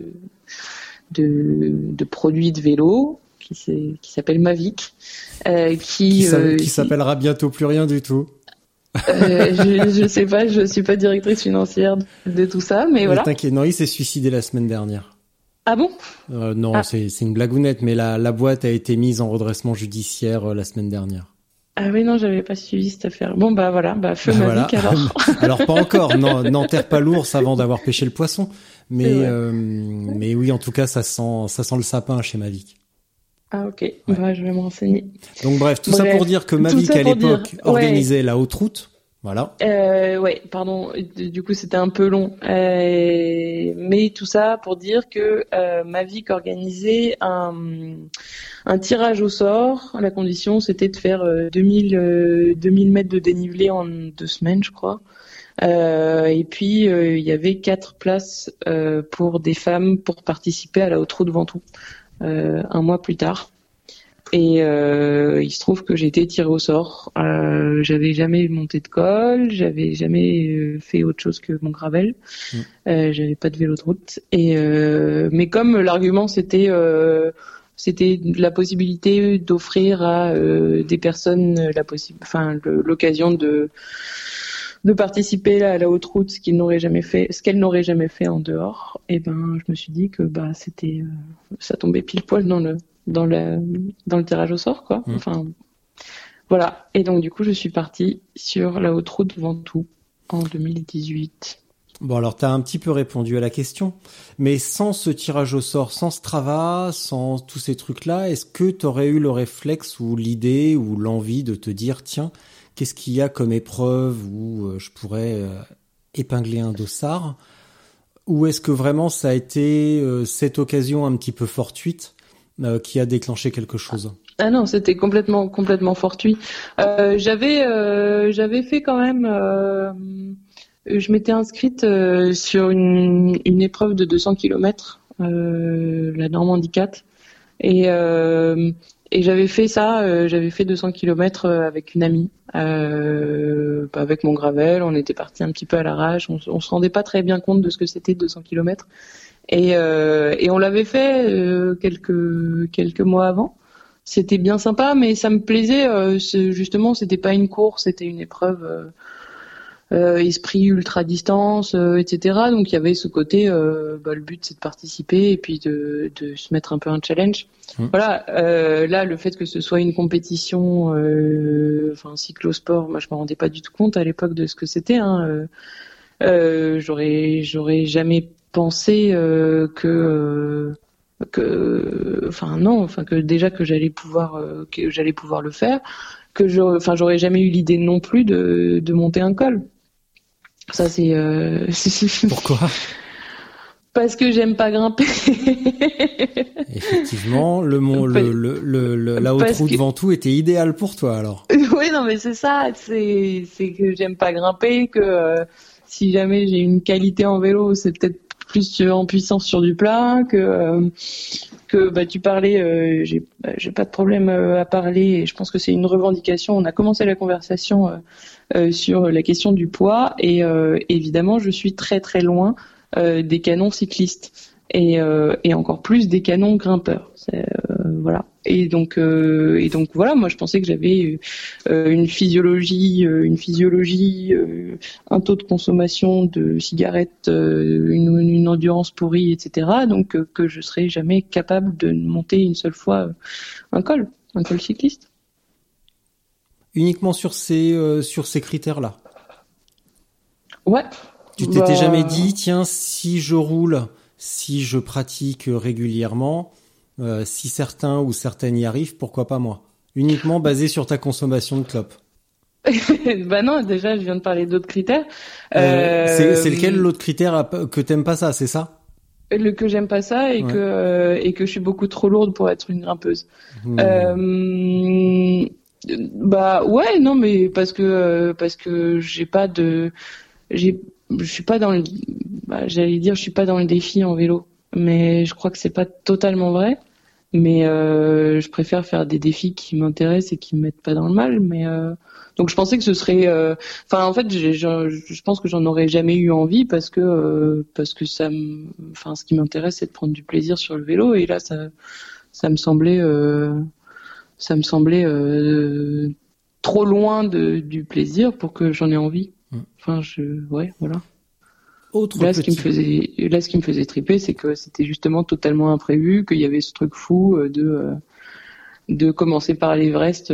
de, de produits de vélo qui, qui s'appelle Mavic, euh, qui
qui,
euh,
qui s'appellera bientôt plus rien du tout.
euh, je, je sais pas, je suis pas directrice financière de, de tout ça, mais, mais voilà.
T'inquiète, non, il s'est suicidé la semaine dernière.
Ah bon?
euh, Non,
ah.
c'est, c'est une blagounette, mais la, la boîte a été mise en redressement judiciaire euh, la semaine dernière.
Ah oui, non, j'avais pas suivi cette affaire. Bon, bah voilà, bah feu bah, Mavic voilà. alors.
Alors pas encore, non, n'enterre pas l'ours avant d'avoir pêché le poisson. Mais, euh, mais oui, en tout cas, ça sent, ça sent le sapin chez Mavic.
Ah ok, ouais. Bah, je vais me renseigner.
Donc bref, tout
bref,
ça pour dire que Mavic à l'époque dire, organisait ouais. la haute route. Voilà.
Euh, ouais, pardon. Du coup, c'était un peu long, euh, mais tout ça pour dire que euh, Mavic organisait un, un tirage au sort. La condition, c'était de faire euh, deux mille, euh, deux mille mètres de dénivelé en deux semaines, je crois. Euh, et puis euh, il y avait quatre places euh, pour des femmes pour participer à la haute route Ventoux euh, un mois plus tard. Et euh, il se trouve que j'ai été tirée au sort. Euh, j'avais jamais monté de col, j'avais jamais fait autre chose que mon gravel. Mmh. Euh, j'avais pas de vélo de route. Et euh, mais comme l'argument c'était euh, c'était la possibilité d'offrir à euh, des personnes la possi- enfin le, l'occasion de de participer à la haute route, ce qu'ils n'auraient jamais fait, ce qu'elles n'auraient jamais fait en dehors. Et ben je me suis dit que bah c'était euh, ça tombait pile poil dans le dans le dans le tirage au sort quoi. Mmh. Enfin voilà. Et donc du coup je suis partie sur la haute route Ventoux en deux mille dix-huit.
Bon alors t'as un petit peu répondu à la question, mais sans ce tirage au sort, sans Strava, sans tous ces trucs-là, est-ce que t'aurais eu le réflexe ou l'idée ou l'envie de te dire tiens, qu'est-ce qu'il y a comme épreuve où euh, je pourrais euh, épingler un dossard, ou est-ce que vraiment ça a été euh, cette occasion un petit peu fortuite Euh, qui a déclenché quelque chose?
Ah non, c'était complètement complètement fortuit. Euh, j'avais euh, j'avais fait quand même. Euh, je m'étais inscrite euh, sur une une épreuve de deux cents kilomètres, euh, la Normandie quatre, et euh, et j'avais fait ça. Euh, j'avais fait deux cents kilomètres avec une amie, euh, avec mon gravel. On était partis un petit peu à l'arrache. On, on se rendait pas très bien compte de ce que c'était deux cents kilomètres. Et, euh, et on l'avait fait euh, quelques quelques mois avant. C'était bien sympa, mais ça me plaisait. Euh, c'est, justement, c'était pas une course, c'était une épreuve euh, euh, esprit ultra distance, euh, et cetera. Donc il y avait ce côté. Euh, bah, le but c'est de participer et puis de de se mettre un peu un challenge. Mmh. Voilà. Euh, là, le fait que ce soit une compétition, euh, enfin cyclosport, moi je me rendais pas du tout compte à l'époque de ce que c'était. Hein, euh, euh, j'aurais j'aurais jamais pensé euh, que euh, que enfin non enfin que déjà que j'allais pouvoir euh, que j'allais pouvoir le faire, que je enfin j'aurais jamais eu l'idée non plus de de monter un col. Ça c'est euh...
Pourquoi?
Parce que j'aime pas grimper.
Effectivement, le mont, le, le, le, le, la haute route que... Ventoux était idéal pour toi, alors.
Oui, non, mais c'est ça, c'est, c'est que j'aime pas grimper, que euh, si jamais j'ai une qualité en vélo, c'est peut-être plus en puissance sur du plat, que euh, que bah tu parlais, euh, j'ai bah, j'ai pas de problème euh, à parler, et je pense que c'est une revendication. On a commencé la conversation euh, euh, sur la question du poids, et euh, évidemment, je suis très très loin. Euh, des canons cyclistes et, euh, et encore plus des canons grimpeurs. C'est, euh, voilà. Et donc euh, et donc voilà, moi je pensais que j'avais euh, une physiologie, euh, une physiologie, euh, un taux de consommation de cigarettes, euh, une, une endurance pourrie, et cetera. Donc euh, que je serais jamais capable de monter une seule fois un col, un col cycliste.
Uniquement sur ces euh, sur ces critères-là.
Ouais.
Tu t'étais bah... jamais dit, tiens, si je roule, si je pratique régulièrement, euh, si certains ou certaines y arrivent, pourquoi pas moi? Uniquement basé sur ta consommation de clopes.
Bah non, déjà, je viens de parler d'autres critères.
Euh, euh... C'est, c'est lequel l'autre critère que t'aimes pas ça, c'est ça?
Le que j'aime pas ça et ouais. que euh, et que je suis beaucoup trop lourde pour être une grimpeuse. Mmh. Euh, bah ouais, non, mais parce que euh, parce que j'ai pas de j'ai je suis pas dans le, bah, j'allais dire, je suis pas dans le défi en vélo, mais je crois que c'est pas totalement vrai. Mais euh, je préfère faire des défis qui m'intéressent et qui me mettent pas dans le mal. Mais euh, donc je pensais que ce serait, enfin euh, en fait, j'ai, je, je pense que j'en aurais jamais eu envie parce que euh, parce que ça, enfin ce qui m'intéresse c'est de prendre du plaisir sur le vélo et là ça, ça me semblait, euh, ça me semblait euh, trop loin de du plaisir pour que j'en ai envie. Enfin, je, ouais, voilà.
Autre
là,
petit...
ce qui me faisait, là, ce qui me faisait triper, c'est que c'était justement totalement imprévu, qu'il y avait ce truc fou de, euh, de commencer par l'Everest.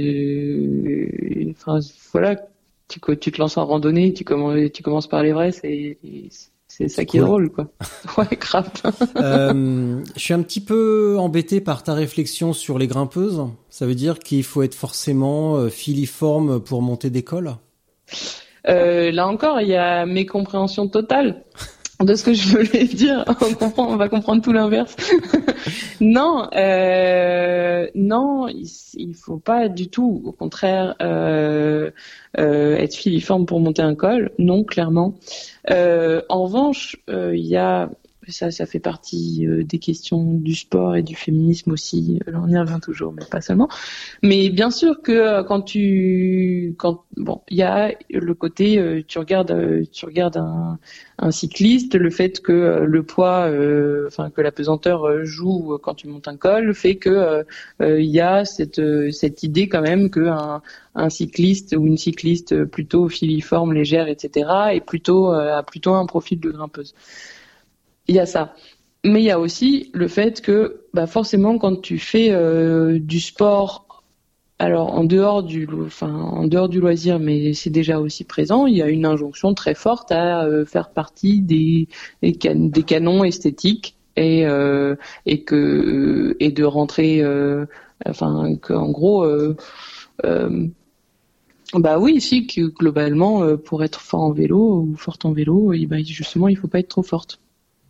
Euh, enfin, voilà, tu, tu te lances en randonnée, tu commences, tu commences par l'Everest et, et c'est ça c'est qui cool. Est drôle, quoi. Ouais, grave.
euh, je suis un petit peu embêté par ta réflexion sur les grimpeuses. Ça veut dire qu'il faut être forcément filiforme pour monter des cols?
Euh, là encore, il y a mécompréhension totale de ce que je voulais dire. On comprend, on va comprendre tout l'inverse. non, euh, non, il, il faut pas du tout. Au contraire, euh, euh, être filiforme pour monter un col. Non, clairement. Euh, en revanche, euh, il y a ça, ça fait partie euh, des questions du sport et du féminisme aussi. Là, on y revient toujours, mais pas seulement. Mais bien sûr que euh, quand tu, quand bon, il y a le côté, euh, tu regardes, euh, tu regardes un, un cycliste, le fait que euh, le poids, enfin euh, que la pesanteur euh, joue euh, quand tu montes un col, fait que euh, euh, il y a cette euh, cette idée quand même que un, un cycliste ou une cycliste plutôt filiforme, légère, et cetera, est plutôt euh, a plutôt un profil de grimpeuse. Il y a ça. Mais il y a aussi le fait que bah forcément quand tu fais euh, du sport, alors en dehors du enfin en dehors du loisir, mais c'est déjà aussi présent, il y a une injonction très forte à euh, faire partie des des, can- des canons esthétiques et euh, et que et de rentrer euh, enfin que en gros euh, euh, bah oui, si que globalement euh, pour être fort en vélo ou forte en vélo, et bah, justement il faut pas être trop forte.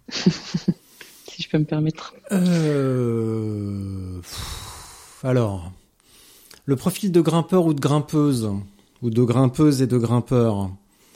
Si je peux me permettre.
Euh... Alors, le profil de grimpeur ou de grimpeuse, ou de grimpeuse et de grimpeur,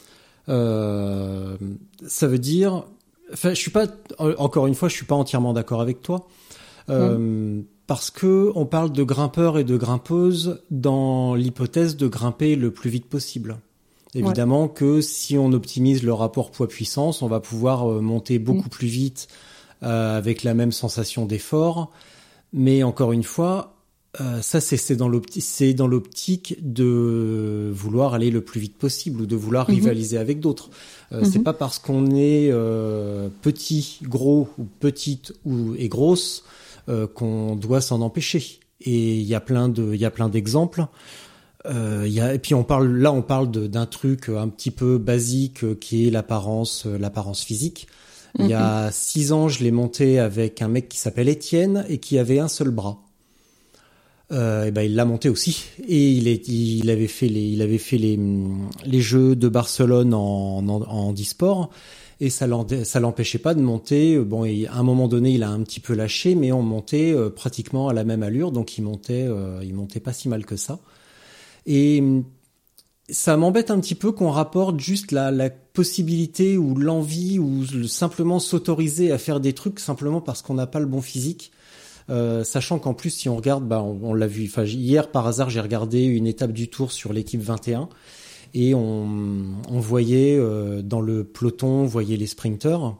euh... ça veut dire... Enfin, je suis pas... Encore une fois, je suis pas entièrement d'accord avec toi. Euh, mmh. Parce que on parle de grimpeur et de grimpeuse dans l'hypothèse de grimper le plus vite possible. Évidemment ouais. que si on optimise le rapport poids-puissance, on va pouvoir monter beaucoup mmh. plus vite euh, avec la même sensation d'effort. Mais encore une fois, euh, ça c'est, c'est, dans l'optique, c'est dans l'optique de vouloir aller le plus vite possible ou de vouloir mmh. rivaliser avec d'autres. Euh, mmh. C'est pas parce qu'on est euh, petit, gros ou petite ou et grosse euh, qu'on doit s'en empêcher. Et il y a plein de, il y a plein d'exemples. Euh, y a, et puis on parle là, on parle de, d'un truc un petit peu basique euh, qui est l'apparence, euh, l'apparence physique. Il mm-hmm. y a six ans, je l'ai monté avec un mec qui s'appelle Étienne et qui avait un seul bras. Euh, et ben il l'a monté aussi et il, est, il avait fait les, il avait fait les, les Jeux de Barcelone en, en, en handisport et ça, ça l'empêchait pas de monter. Bon, et à un moment donné, il a un petit peu lâché, mais on montait euh, pratiquement à la même allure, donc il montait, euh, il montait pas si mal que ça. Et ça m'embête un petit peu qu'on rapporte juste la, la possibilité ou l'envie ou le, simplement s'autoriser à faire des trucs simplement parce qu'on n'a pas le bon physique. Euh, sachant qu'en plus, si on regarde, bah, on, on l'a vu. Enfin, hier par hasard, j'ai regardé une étape du Tour sur l'équipe vingt et un et on, on voyait euh, dans le peloton, on voyait les sprinteurs.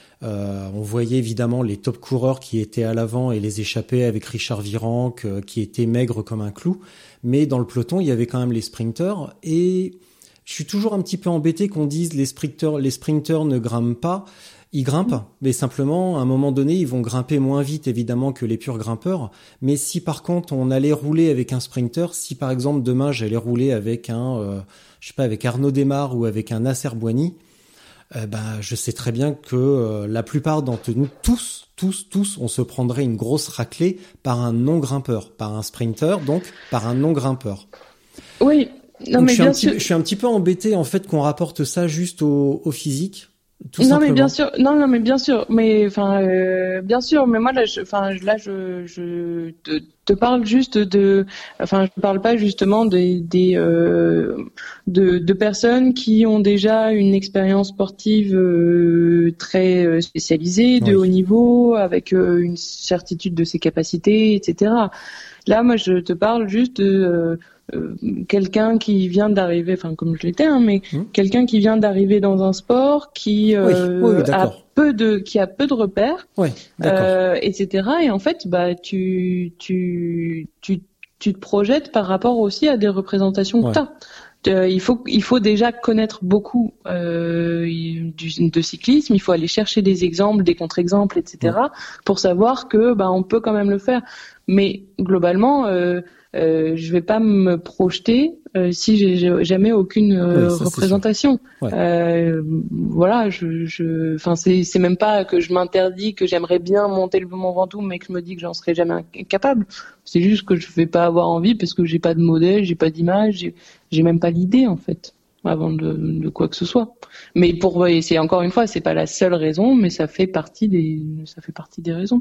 Euh, on voyait évidemment les top coureurs qui étaient à l'avant et les échappés avec Richard Virenque euh, qui était maigre comme un clou. Mais dans le peloton, il y avait quand même les sprinteurs. Et je suis toujours un petit peu embêté qu'on dise les sprinteurs, les sprinteurs ne grimpent pas. Ils grimpent, mais simplement, à un moment donné, ils vont grimper moins vite, évidemment, que les purs grimpeurs. Mais si, par contre, on allait rouler avec un sprinter, si, par exemple, demain, j'allais rouler avec un, euh, je sais pas, avec Arnaud Démare ou avec un Nasser Bouhanni, euh, bah, je sais très bien que euh, la plupart d'entre nous, tous, tous, tous, on se prendrait une grosse raclée par un non-grimpeur, par un sprinter, donc par un non-grimpeur.
Oui, non,
donc,
mais
je suis
bien
un
sûr.
Petit, je suis un petit peu embêté, en fait, qu'on rapporte ça juste au, au physique. Tout
non
simplement.
mais bien sûr, non non mais bien sûr, mais enfin euh, bien sûr, mais moi là, enfin là je je te, te parle juste de, enfin je parle pas justement des des euh, de de personnes qui ont déjà une expérience sportive euh, très spécialisée, de oui. haut niveau, avec euh, une certitude de ses capacités, et cetera. Là, moi, je te parle juste de euh, euh, quelqu'un qui vient d'arriver, enfin comme je l'étais, hein, mais mmh. quelqu'un qui vient d'arriver dans un sport qui euh,
oui, oui,
a peu de, qui a peu de repères,
oui,
euh, et cetera. Et en fait, bah, tu, tu, tu, tu te projettes par rapport aussi à des représentations
ouais.
que t'as. Euh, il faut, il faut déjà connaître beaucoup euh, du, de cyclisme. Il faut aller chercher des exemples, des contre-exemples, et cetera. Ouais. Pour savoir que, bah, on peut quand même le faire. Mais globalement, euh, euh, je vais pas me projeter euh, si j'ai jamais aucune euh, oui, ça, représentation.
Ouais.
Euh, voilà, je, je, enfin c'est, c'est même pas que je m'interdis que j'aimerais bien monter le Mont Ventoux, mais que je me dis que j'en serais jamais capable. C'est juste que je vais pas avoir envie parce que j'ai pas de modèle, j'ai pas d'image, j'ai, j'ai même pas l'idée en fait avant de, de quoi que ce soit. Mais pour, c'est encore une fois, c'est pas la seule raison, mais ça fait partie des, ça fait partie des raisons.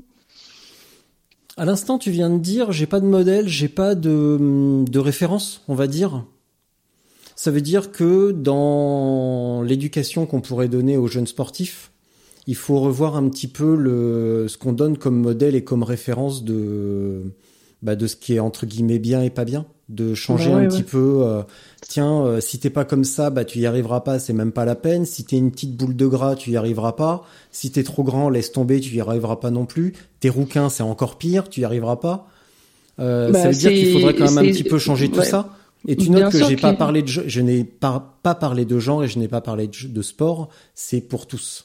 À l'instant, tu viens de dire, j'ai pas de modèle, j'ai pas de, de référence, on va dire. Ça veut dire que dans l'éducation qu'on pourrait donner aux jeunes sportifs, il faut revoir un petit peu le, ce qu'on donne comme modèle et comme référence de, bah, de ce qui est entre guillemets bien et pas bien. De changer bah ouais, un petit ouais. peu, euh, tiens, euh, si t'es pas comme ça, bah tu y arriveras pas, c'est même pas la peine. Si t'es une petite boule de gras, tu y arriveras pas. Si t'es trop grand, laisse tomber, tu y arriveras pas non plus. T'es rouquin, c'est encore pire, tu y arriveras pas. Euh, bah, ça veut dire qu'il faudrait quand même un petit peu changer tout ouais. ça. Et tu notes Bien que j'ai pas que... parlé de, je n'ai pas, pas parlé de genre et je n'ai pas parlé de, de sport. C'est pour tous.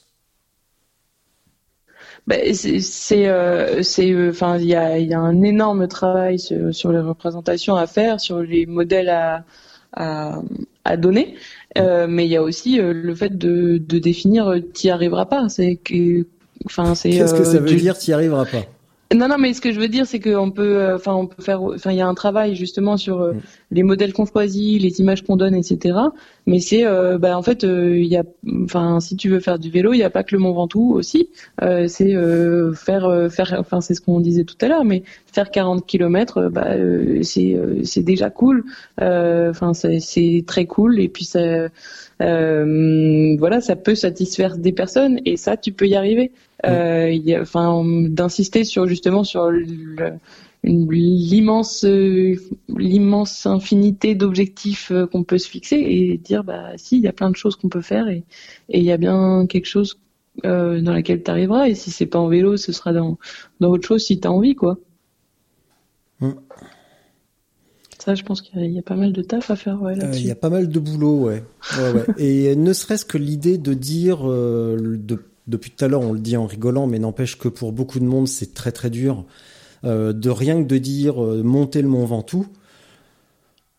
Ben, c'est, c'est, euh, c'est, enfin, il y a, il y a un énorme travail sur, sur les représentations à faire, sur les modèles à, à, à donner, euh, mais il y a aussi euh, le fait de, de définir, t'y arriveras pas. C'est que, enfin, c'est.
Qu'est-ce que
euh,
ça veut
du...
dire, t'y arriveras pas?
Non, non, mais ce que je veux dire, c'est qu'on peut, enfin, on peut faire, enfin, il y a un travail justement sur euh, mm. les modèles qu'on choisit, les images qu'on donne, et cetera. Mais c'est, euh, bah, en fait, il euh, y a, enfin, si tu veux faire du vélo, il n'y a pas que le Mont Ventoux aussi. Euh, c'est euh, faire, euh, faire, enfin, c'est ce qu'on disait tout à l'heure, mais faire quarante kilomètres, bah, euh, c'est, euh, c'est déjà cool. Enfin, euh, c'est, c'est très cool. Et puis ça, euh, voilà, ça peut satisfaire des personnes, et ça, tu peux y arriver. Euh, y a, enfin, d'insister sur justement sur le, une, l'immense, euh, l'immense infinité d'objectifs euh, qu'on peut se fixer et dire bah si, il y a plein de choses qu'on peut faire et et il y a bien quelque chose euh, dans laquelle tu arriveras, et si c'est pas en vélo, ce sera dans dans autre chose si tu as envie quoi. Mm. Ça, je pense qu'il y a, il y a pas mal de taf à faire ouais, là-dessus.
Il euh, y a pas mal de boulot, ouais. ouais, ouais. Et ne serait-ce que l'idée de dire euh, de Depuis tout à l'heure, on le dit en rigolant, mais n'empêche que pour beaucoup de monde, c'est très très dur. Euh, de rien que de dire euh, monter le Mont Ventoux, euh,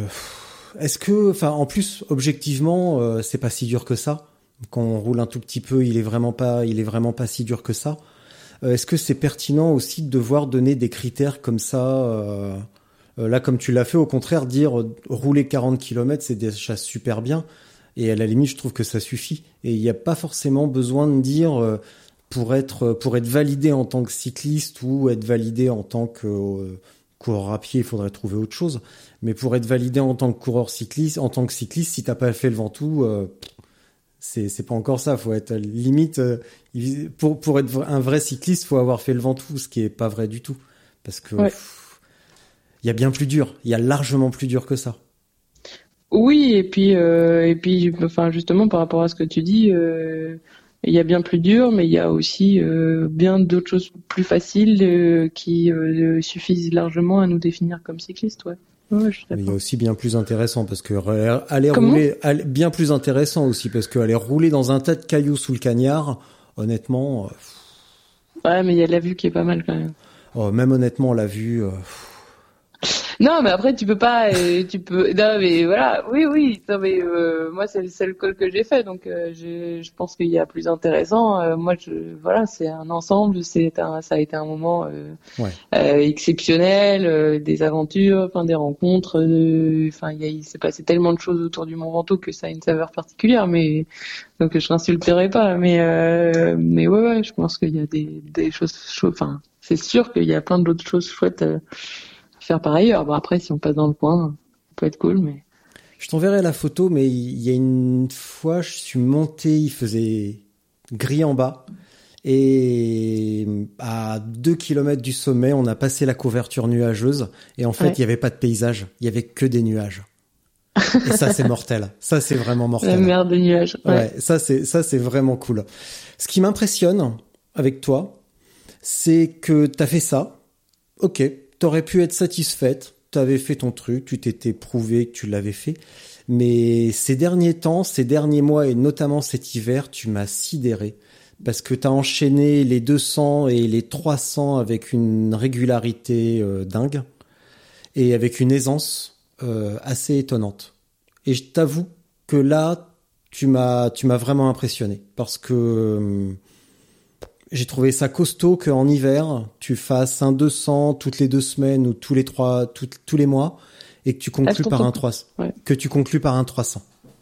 est-ce que, enfin, en plus, objectivement, euh, c'est pas si dur que ça. Quand on roule un tout petit peu, il est vraiment pas, il est vraiment pas si dur que ça. Euh, est-ce que c'est pertinent aussi de devoir donner des critères comme ça euh, euh, là, comme tu l'as fait, au contraire, dire euh, rouler quarante kilomètres, c'est déjà super bien. Et à la limite, je trouve que ça suffit. Et il n'y a pas forcément besoin de dire euh, pour être pour être validé en tant que cycliste ou être validé en tant que euh, coureur à pied, il faudrait trouver autre chose. Mais pour être validé en tant que coureur cycliste, en tant que cycliste, si t'as pas fait le Ventoux, euh, c'est c'est pas encore ça. Faut être limite euh, pour pour être un vrai cycliste, faut avoir fait le Ventoux, ce qui est pas vrai du tout, parce que
ouais.
pff, y a bien plus dur. Il y a largement plus dur que ça.
Oui, et puis euh, et puis enfin justement par rapport à ce que tu dis, euh, il y a bien plus dur, mais il y a aussi euh, bien d'autres choses plus faciles euh, qui euh, suffisent largement à nous définir comme cyclistes, ouais. Ouais, je suis
Mais il y a
d'accord.
aussi bien plus intéressant parce que euh, aller
Comment ?
rouler, aller, bien plus intéressant aussi parce que aller rouler dans un tas de cailloux sous le cagnard, honnêtement, euh,
Ouais, mais il y a la vue qui est pas mal quand même.
oh, même honnêtement la vue. Euh,
Non, mais après tu peux pas, euh, tu peux. Non, mais voilà, oui, oui. Non, mais euh, moi c'est le seul col que j'ai fait, donc euh, je, je pense qu'il y a plus intéressant. Euh, moi, je, voilà, c'est un ensemble, c'est un, ça a été un moment euh,
ouais.
euh, exceptionnel, euh, des aventures, enfin des rencontres. Euh, enfin, il, y a, il s'est passé tellement de choses autour du Mont Ventoux que ça a une saveur particulière. Mais donc je n'insulterai pas, mais euh, mais ouais, ouais, je pense qu'il y a des des choses, enfin, c'est sûr qu'il y a plein d'autres choses chouettes. Euh, faire par ailleurs. Bon, après, si on passe dans le coin, ça peut être cool, mais...
Je t'enverrai la photo, mais il y a une fois, je suis monté, il faisait gris en bas, et à deux kilomètres du sommet, on a passé la couverture nuageuse, et en fait,
ouais.
il y avait pas de paysage, il y avait que des nuages. Et ça, c'est mortel. Ça, c'est vraiment mortel.
La mer des nuages. Ouais.
ouais, ça, c'est, ça, c'est vraiment cool. Ce qui m'impressionne avec toi, c'est que t'as fait ça. Ok. T'aurais pu être satisfaite, t'avais fait ton truc, tu t'étais prouvé que tu l'avais fait, mais ces derniers temps, ces derniers mois et notamment cet hiver, tu m'as sidéré parce que t'as enchaîné les deux cents et les trois cents avec une régularité euh, dingue et avec une aisance euh, assez étonnante. Et je t'avoue que là, tu m'as, tu m'as vraiment impressionné parce que euh, j'ai trouvé ça costaud qu'en hiver, tu fasses un deux cents toutes les deux semaines ou tous les trois, tout, tous les mois, et que tu conclues
ah,
par un trois cents.
Ouais.
Que tu conclues par un trois cents.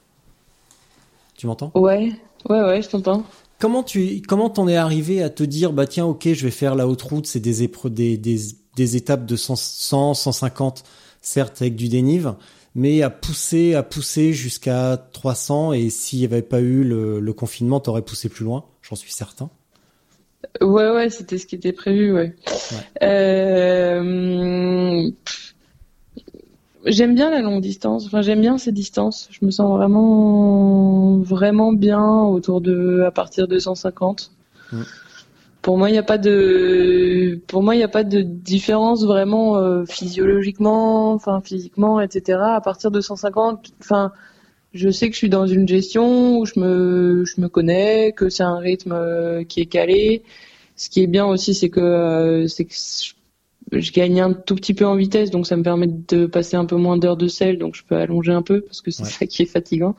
Tu m'entends ?
Ouais, ouais, ouais, je t'entends.
Comment tu, comment t'en es arrivé à te dire, bah tiens, ok, je vais faire la haute route, c'est des épreuves, des, des, des étapes de cent, cent, cent cinquante, certes avec du dénive, mais à pousser, à pousser jusqu'à trois cents, et s'il n'y avait pas eu le, le confinement, t'aurais poussé plus loin, j'en suis certain.
Ouais, ouais, c'était ce qui était prévu, ouais. ouais. Euh... J'aime bien la longue distance. Enfin, j'aime bien ces distances. Je me sens vraiment, vraiment bien autour de, à partir de cent cinquante. Mmh. Pour moi, il n'y a pas de, pour moi, il n'y a pas de différence vraiment euh, physiologiquement, enfin physiquement, et cetera. À partir de cent cinquante, enfin. Je sais que je suis dans une gestion où je me, je me connais, que c'est un rythme qui est calé. Ce qui est bien aussi, c'est que, c'est que je gagne un tout petit peu en vitesse, donc ça me permet de passer un peu moins d'heures de selle, donc je peux allonger un peu parce que c'est ouais. ça qui est fatigant.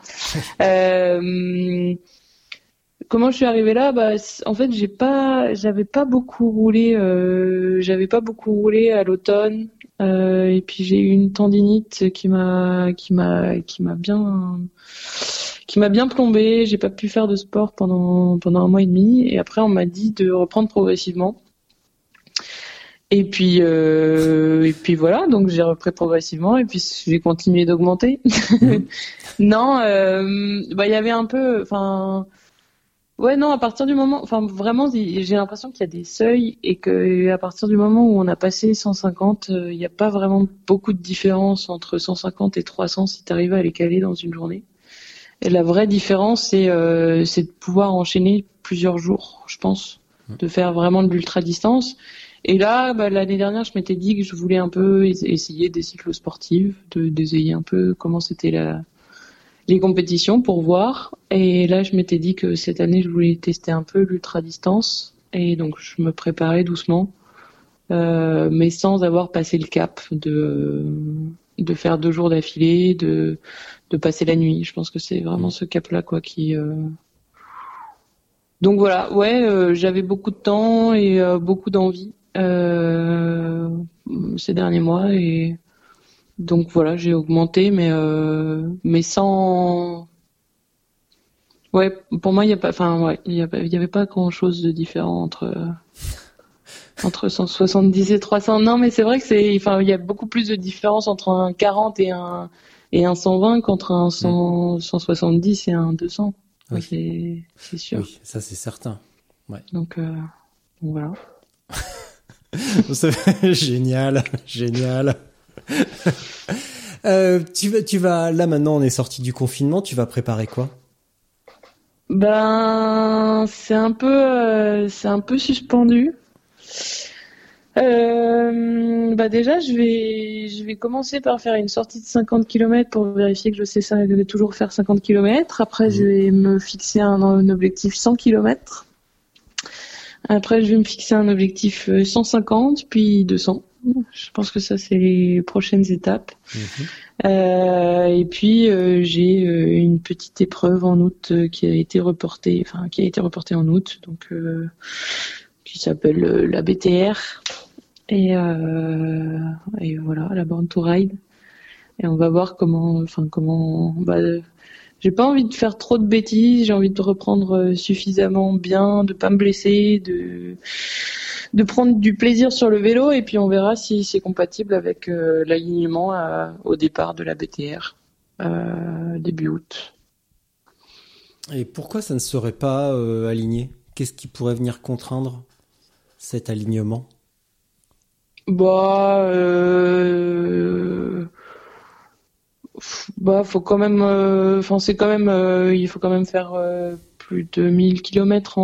euh, comment je suis arrivée là ? Bah, en fait, j'ai pas, j'avais pas beaucoup roulé, euh, j'avais pas beaucoup roulé à l'automne. Euh, et puis j'ai eu une tendinite qui m'a qui m'a qui m'a bien qui m'a bien plombée. J'ai pas pu faire de sport pendant pendant un mois et demi. Et après on m'a dit de reprendre progressivement. Et puis euh, et puis voilà, donc j'ai repris progressivement et puis j'ai continué d'augmenter. Mmh. non, euh, bah il y avait un peu, enfin. Ouais, non, à partir du moment, enfin vraiment, j'ai l'impression qu'il y a des seuils et que à partir du moment où on a passé cent cinquante, il euh, n'y a pas vraiment beaucoup de différence entre cent cinquante et trois cents si tu arrives à les caler dans une journée. Et la vraie différence, c'est euh, c'est de pouvoir enchaîner plusieurs jours, je pense, de faire vraiment de l'ultra-distance. Et là, bah, l'année dernière, je m'étais dit que je voulais un peu essayer des cyclosportives, de d'essayer un peu comment c'était la les compétitions pour voir. Et là, je m'étais dit que cette année, je voulais tester un peu l'ultra-distance. Et donc, je me préparais doucement, euh, mais sans avoir passé le cap de de faire deux jours d'affilée, de de passer la nuit. Je pense que c'est vraiment ce cap-là quoi qui. Euh... Donc voilà, ouais, euh, j'avais beaucoup de temps et euh, beaucoup d'envie euh, ces derniers mois et donc voilà, j'ai augmenté, mais euh, mais sans. Ouais, pour moi, il y a pas, enfin ouais, il y, y avait pas grand-chose de différent entre. Euh... Entre cent soixante-dix et trois cents. Non, mais c'est vrai que c'est, enfin, il y a beaucoup plus de différence entre un quarante et un, et un cent vingt qu'entre un cent, cent soixante-dix et un deux cents. Oui. C'est, c'est sûr.
Oui, ça, c'est certain. Ouais.
Donc, euh, voilà.
Génial, génial. euh, tu vas, tu vas, là, maintenant, on est sorti du confinement, tu vas préparer quoi?
Ben, c'est un peu, euh, c'est un peu suspendu. Euh, bah déjà, je vais, je vais commencer par faire une sortie de cinquante kilomètres pour vérifier que je sais ça, je vais toujours faire cinquante kilomètres. Après, mmh. je vais me fixer un, un objectif cent kilomètres. Après, je vais me fixer un objectif cent cinquante, puis deux cents. Je pense que ça, c'est les prochaines étapes. Mmh. Euh, et puis, euh, j'ai euh, une petite épreuve en août euh, qui a été reportée, enfin, qui a été reportée en août, donc, euh, qui s'appelle euh, la B T R. Et, euh, et voilà, la Born to Ride. Et on va voir comment, enfin comment. Bah, j'ai pas envie de faire trop de bêtises. J'ai envie de reprendre suffisamment bien, de pas me blesser, de de prendre du plaisir sur le vélo. Et puis on verra si c'est compatible avec euh, l'alignement à, au départ de la B T R euh, début août.
Et pourquoi ça ne serait pas euh, aligné ? Qu'est-ce qui pourrait venir contraindre cet alignement ?
Bah, euh... bah, faut quand même, enfin, euh, c'est quand même, euh, il faut quand même faire euh, plus de mille kilomètres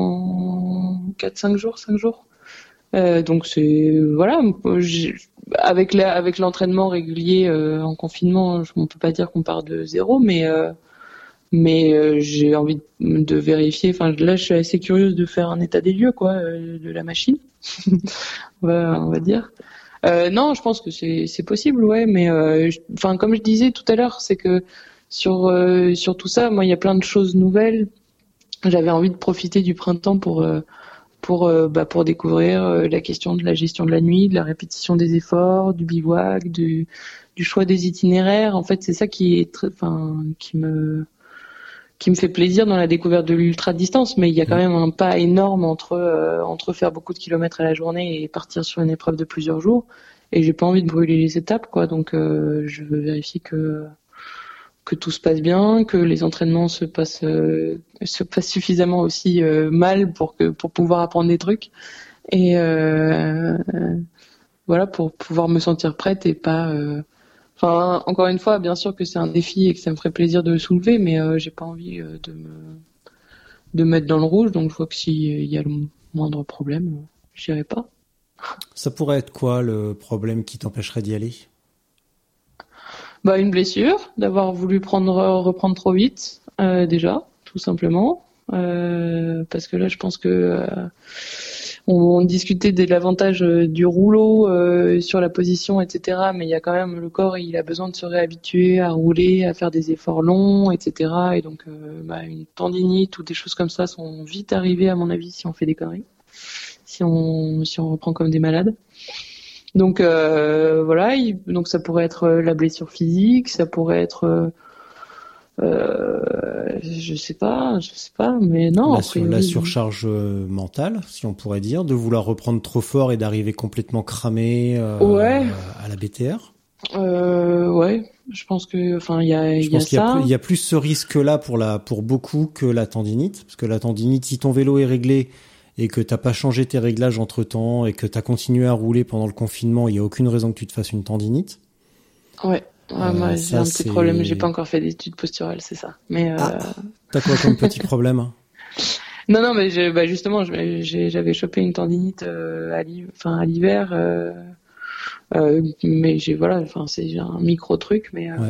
en quatre cinq jours, cinq jours. Euh, donc c'est, voilà, avec la, avec l'entraînement régulier euh, en confinement, on peut pas dire qu'on part de zéro, mais euh, mais euh, j'ai envie de, de vérifier. Enfin, là, je suis assez curieuse de faire un état des lieux, quoi, euh, de la machine. on, va, on va dire. Euh, non, je pense que c'est, c'est possible, ouais. Mais, enfin, euh, comme je disais tout à l'heure, c'est que sur euh, sur tout ça, moi, il y a plein de choses nouvelles. J'avais envie de profiter du printemps pour euh, pour euh, bah, pour découvrir euh, la question de la gestion de la nuit, de la répétition des efforts, du bivouac, du du choix des itinéraires. En fait, c'est ça qui est très, enfin, qui me qui me fait plaisir dans la découverte de l'ultra distance, mais il y a quand même un pas énorme entre euh, entre faire beaucoup de kilomètres à la journée et partir sur une épreuve de plusieurs jours. Et j'ai pas envie de brûler les étapes, quoi. Donc euh, je veux vérifier que que tout se passe bien, que les entraînements se passent euh, se passent suffisamment aussi euh, mal pour que pour pouvoir apprendre des trucs. Et euh, euh, voilà, pour pouvoir me sentir prête et pas. Euh, Enfin, encore une fois, bien sûr que c'est un défi et que ça me ferait plaisir de le soulever, mais euh, j'ai pas envie euh, de me de me mettre dans le rouge. Donc, je vois que s'il y a le moindre problème, euh, j'irai pas.
Ça pourrait être quoi le problème qui t'empêcherait d'y aller ?
Bah, une blessure, d'avoir voulu prendre reprendre trop vite, euh, déjà, tout simplement, euh, parce que là, je pense que euh, on, on discutait de l'avantage du rouleau euh, sur la position, et cetera. Mais il y a quand même le corps, il a besoin de se réhabituer à rouler, à faire des efforts longs, et cetera. Et donc, euh, bah, une tendinite ou des choses comme ça sont vite arrivées, à mon avis, si on fait des conneries, si on si on reprend comme des malades. Donc euh, voilà, il, donc ça pourrait être la blessure physique, ça pourrait être euh, Euh, je sais pas, je sais pas, mais non.
La,
après,
la
oui.
surcharge mentale, si on pourrait dire, de vouloir reprendre trop fort et d'arriver complètement cramé euh,
ouais.
à la B T R.
Euh, ouais, je pense que, enfin, il y a,
je
y a
pense qu'il
ça.
y a, il y a plus ce risque-là pour la, pour beaucoup que la tendinite, parce que la tendinite, si ton vélo est réglé et que t'as pas changé tes réglages entre temps et que t'as continué à rouler pendant le confinement, il y a aucune raison que tu te fasses une tendinite.
Ouais. Ouais, euh, moi, j'ai ça, un petit c'est... problème. J'ai pas encore fait d'études posturales, c'est ça. Mais euh...
ah, t'as quoi comme petit problème ?
Non, non, mais j'ai, bah justement, j'ai, j'avais chopé une tendinite euh, à, l'hiver, enfin, à l'hiver, euh, euh, mais j'ai voilà, enfin c'est un micro truc, mais euh,
ouais.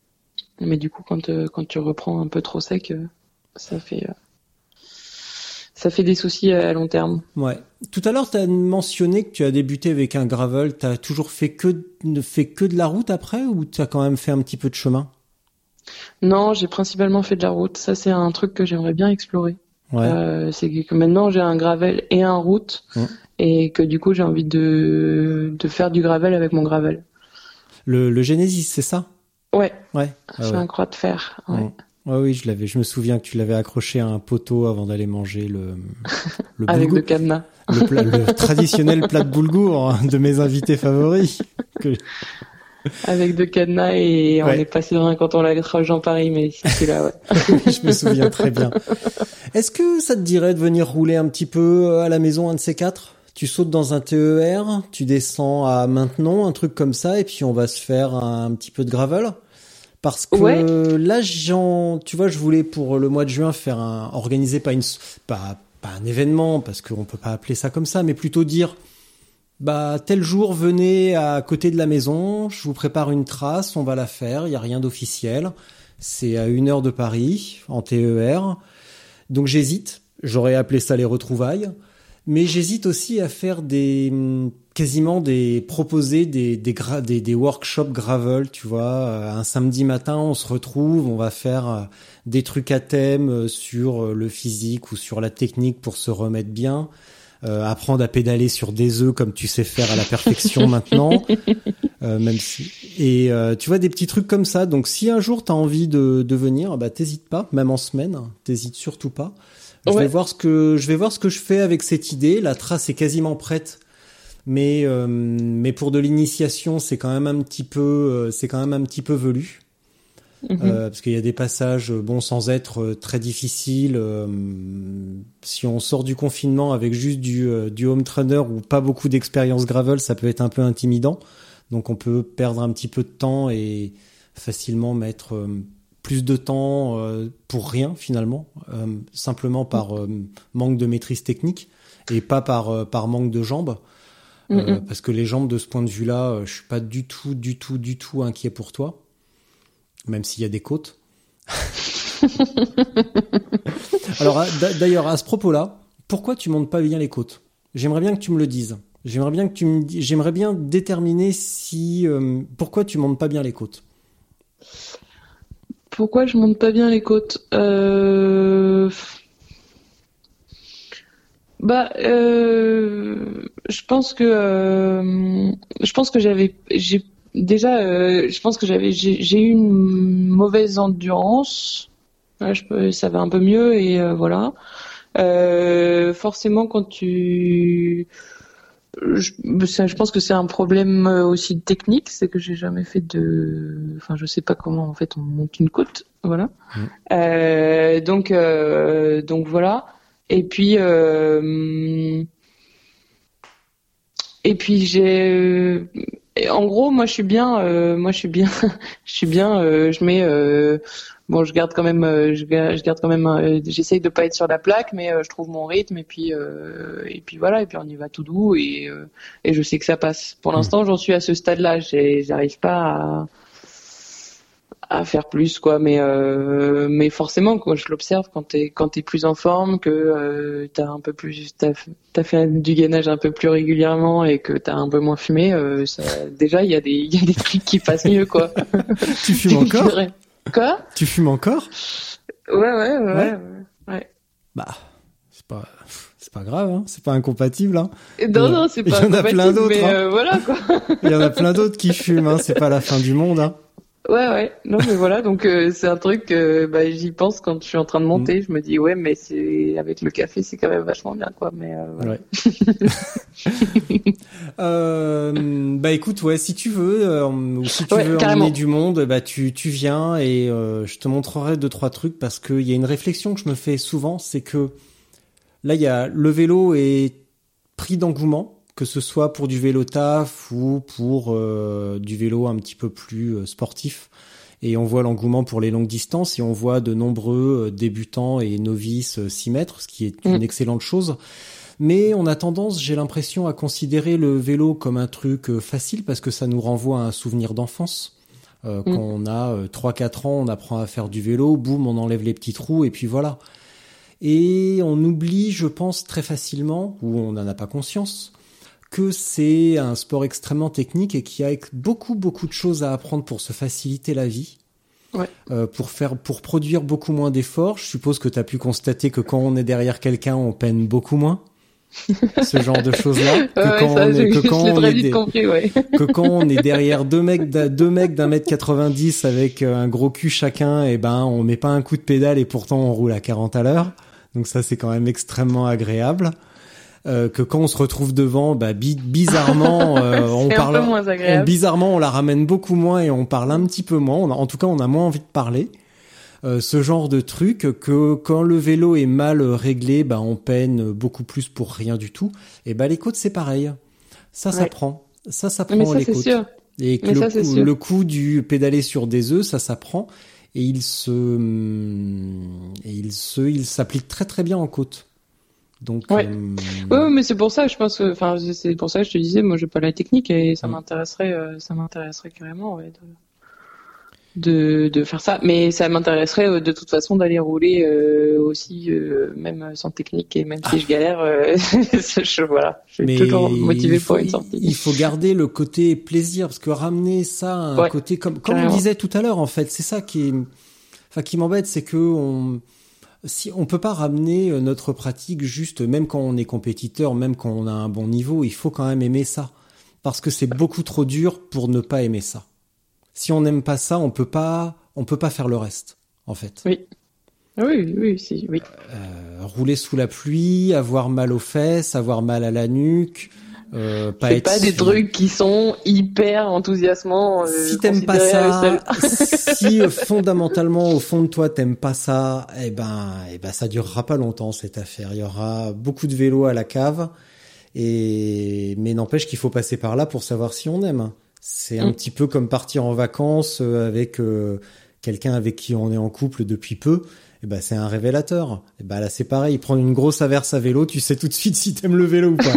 mais du coup quand euh, quand tu reprends un peu trop sec, euh, ça fait euh, ça fait des soucis à long terme.
Ouais. Tout à l'heure, tu as mentionné que tu as débuté avec un gravel. Tu as toujours fait que, fait que de la route après ou tu as quand même fait un petit peu de chemin?
Non, j'ai principalement fait de la route. Ça, c'est un truc que j'aimerais bien explorer.
Ouais.
Euh, c'est que maintenant, j'ai un gravel et un route. Mmh. Et que du coup, j'ai envie de, de faire du gravel avec mon gravel.
Le, le Genesis, c'est ça?
Ouais.
Ouais.
C'est ah ouais. un croix de fer. Ouais.
Mmh. Ouais, oui, je l'avais. Je me souviens que tu l'avais accroché à un poteau avant d'aller manger le, le
avec de cadenas.
Le, plat, le traditionnel plat de boulgour de mes invités favoris. Que...
Avec de cadenas et on n'est ouais. pas serein quand on l'accroche en Paris, mais c'est là, ouais.
Je me souviens très bien. Est-ce que ça te dirait de venir rouler un petit peu à la maison, un de ces quatre? Tu sautes dans un T E R, tu descends à Maintenon, un truc comme ça, et puis on va se faire un, un petit peu de gravel. Parce que ouais. là, j'en, tu vois, je voulais pour le mois de juin faire un, organiser pas une, pas, pas un événement, parce qu'on peut pas appeler ça comme ça, mais plutôt dire, bah, tel jour, venez à côté de la maison, je vous prépare une trace, on va la faire, il y a rien d'officiel. C'est à une heure de Paris, en T E R. Donc j'hésite, j'aurais appelé ça les retrouvailles. Mais j'hésite aussi à faire des, quasiment des, proposer des, des, gra, des, des workshops gravel, tu vois. Un samedi matin, on se retrouve, on va faire des trucs à thème sur le physique ou sur la technique pour se remettre bien. Euh, apprendre à pédaler sur des œufs comme tu sais faire à la perfection maintenant. Euh, même si, et, euh, tu vois, des petits trucs comme ça. Donc, si un jour t'as envie de, de venir, bah, t'hésites pas, même en semaine, t'hésites surtout pas. Je ouais. vais voir ce que je vais voir ce que je fais avec cette idée. La trace est quasiment prête, mais euh, mais pour de l'initiation, c'est quand même un petit peu euh, c'est quand même un petit peu velu, mm-hmm. euh, parce qu'il y a des passages bon sans être euh, très difficiles. Euh, si on sort du confinement avec juste du euh, du home trainer ou pas beaucoup d'expérience gravel, ça peut être un peu intimidant. Donc on peut perdre un petit peu de temps et facilement mettre euh, plus de temps euh, pour rien finalement, euh, simplement par euh, manque de maîtrise technique et pas par euh, par manque de jambes, euh, mm-hmm. parce que les jambes de ce point de vue-là, euh, je suis pas du tout du tout du tout inquiet pour toi, même s'il y a des côtes. Alors d'ailleurs à ce propos-là, pourquoi tu montes pas bien les côtes? J'aimerais bien que tu me le dises. J'aimerais bien que tu me j'aimerais bien déterminer si euh, pourquoi tu montes pas bien les côtes.
Pourquoi je monte pas bien les côtes? euh... Bah, euh... je pense que euh... je pense que j'avais, j'ai déjà, euh... je pense que j'avais, j'ai, j'ai eu une mauvaise endurance. Ouais, je peux... ça va un peu mieux et euh, voilà. Euh... Forcément, quand tu Je, je pense que c'est un problème aussi technique, c'est que j'ai jamais fait de, enfin je sais pas comment en fait on monte une côte, voilà. Mmh. Euh, donc euh, donc voilà. Et puis euh, et puis j'ai, en gros moi je suis bien, euh, moi je suis bien, je suis bien, euh, je mets euh, Bon, je garde quand même, euh, je, je garde quand même, euh, j'essaye de pas être sur la plaque, mais euh, je trouve mon rythme et puis euh, et puis voilà, et puis on y va tout doux et euh, et je sais que ça passe. Pour l'instant, j'en suis à ce stade-là, j'ai, j'arrive pas à, à faire plus quoi, mais euh, mais forcément, quand je l'observe, quand t'es quand t'es plus en forme, que euh, t'as un peu plus, t'as t'as fait du gainage un peu plus régulièrement et que t'as un peu moins fumé, euh, ça, déjà il y a des il y a des trucs qui passent mieux quoi.
Tu fumes encore?
Quoi?
Tu fumes encore?
Ouais, ouais, ouais, ouais. ouais.
Bah, c'est pas, c'est pas grave, hein. C'est pas incompatible, hein.
Non, non, c'est pas incompatible. Il y en a plein d'autres, mais hein. euh, voilà, quoi.
Il y en a plein d'autres qui fument, hein. C'est pas la fin du monde, hein.
Ouais, ouais. Non, mais voilà, donc euh, c'est un truc, euh, bah, j'y pense quand je suis en train de monter. Mm. Je me dis, ouais, mais c'est avec le café, c'est quand même vachement bien, quoi. Mais euh, voilà.
Ouais. euh, bah écoute, ouais, si tu veux, euh, ou si tu
ouais,
veux
carrément.
emmener du monde, bah tu tu viens et euh, je te montrerai deux trois trucs parce que il y a une réflexion que je me fais souvent, c'est que là il y a le vélo est pris d'engouement, que ce soit pour du vélo taf ou pour euh, du vélo un petit peu plus euh, sportif. Et on voit l'engouement pour les longues distances et on voit de nombreux euh, débutants et novices euh, s'y mettre, ce qui est mmh. une excellente chose. Mais on a tendance, j'ai l'impression, à considérer le vélo comme un truc euh, facile parce que ça nous renvoie à un souvenir d'enfance. Euh, mmh. Quand on a euh, trois quatre ans, on apprend à faire du vélo, boum, on enlève les petits trous et puis voilà. Et on oublie, je pense, très facilement, ou on n'en a pas conscience, que c'est un sport extrêmement technique et qu'il y a beaucoup, beaucoup de choses à apprendre pour se faciliter la vie.
Ouais.
Euh, pour faire, pour produire beaucoup moins d'efforts. Je suppose que tu as pu constater que quand on est derrière quelqu'un, on peine beaucoup moins. Ce genre de choses-là. Que
ouais,
quand
ça,
on est,
je,
que quand
je
on est,
vite compris, ouais.
que quand on est derrière deux mecs, deux mecs d'un mètre quatre-vingt-dix avec un gros cul chacun, et ben, on met pas un coup de pédale et pourtant on roule à quarante à l'heure. Donc ça, c'est quand même extrêmement agréable. Euh, que quand on se retrouve devant, bah, bi- bizarrement, euh, on parle,
un peu moins agréable.
on, bizarrement, on la ramène beaucoup moins et on parle un petit peu moins. On a, en tout cas, on a moins envie de parler. Euh, ce genre de truc que quand le vélo est mal réglé, bah, on peine beaucoup plus pour rien du tout. Et bah, les côtes, c'est pareil. Ça, ça
ouais.
prend. Ça, ça prend
Mais ça,
les
c'est
côtes.
sûr.
Et que
Mais
le,
ça, c'est
coup,
sûr.
le coup du pédaler sur des œufs, ça s'apprend. Et il se, et il se, il s'applique très très bien en côte. Donc,
ouais.
euh...
ouais, mais c'est pour ça, je pense que, enfin, c'est pour ça que je te disais, moi, j'ai pas la technique et ça mmh. m'intéresserait, euh, ça m'intéresserait carrément, ouais, de, de, de faire ça. Mais ça m'intéresserait euh, de toute façon d'aller rouler euh, aussi, euh, même sans technique et même si ah. je galère, euh, je, voilà, je suis mais toujours motivé
faut,
pour une sortie.
Il faut garder le côté plaisir parce que ramener ça à un
ouais.
côté comme, comme on disait tout à l'heure, en fait, c'est ça qui, est, enfin, qui m'embête, c'est que on. Si on peut pas ramener notre pratique juste, même quand on est compétiteur, même quand on a un bon niveau, il faut quand même aimer ça. Parce que c'est beaucoup trop dur pour ne pas aimer ça. Si on n'aime pas ça, on peut pas, on peut pas faire le reste, en fait.
Oui. Oui, oui, si, oui.
Euh, rouler sous la pluie, avoir mal aux fesses, avoir mal à la nuque, euh, pas
c'est
être...
pas des trucs qui sont hyper enthousiasmants. Euh,
si t'aimes pas ça, si euh, fondamentalement au fond de toi t'aimes pas ça, eh ben, eh ben ça durera pas longtemps cette affaire. Il y aura beaucoup de vélos à la cave, et mais n'empêche qu'il faut passer par là pour savoir si on aime. C'est un mmh. petit peu comme partir en vacances avec euh, quelqu'un avec qui on est en couple depuis peu. Eh ben c'est un révélateur. Eh ben là c'est pareil, prendre une grosse averse à vélo, tu sais tout de suite si t'aimes le vélo ou pas.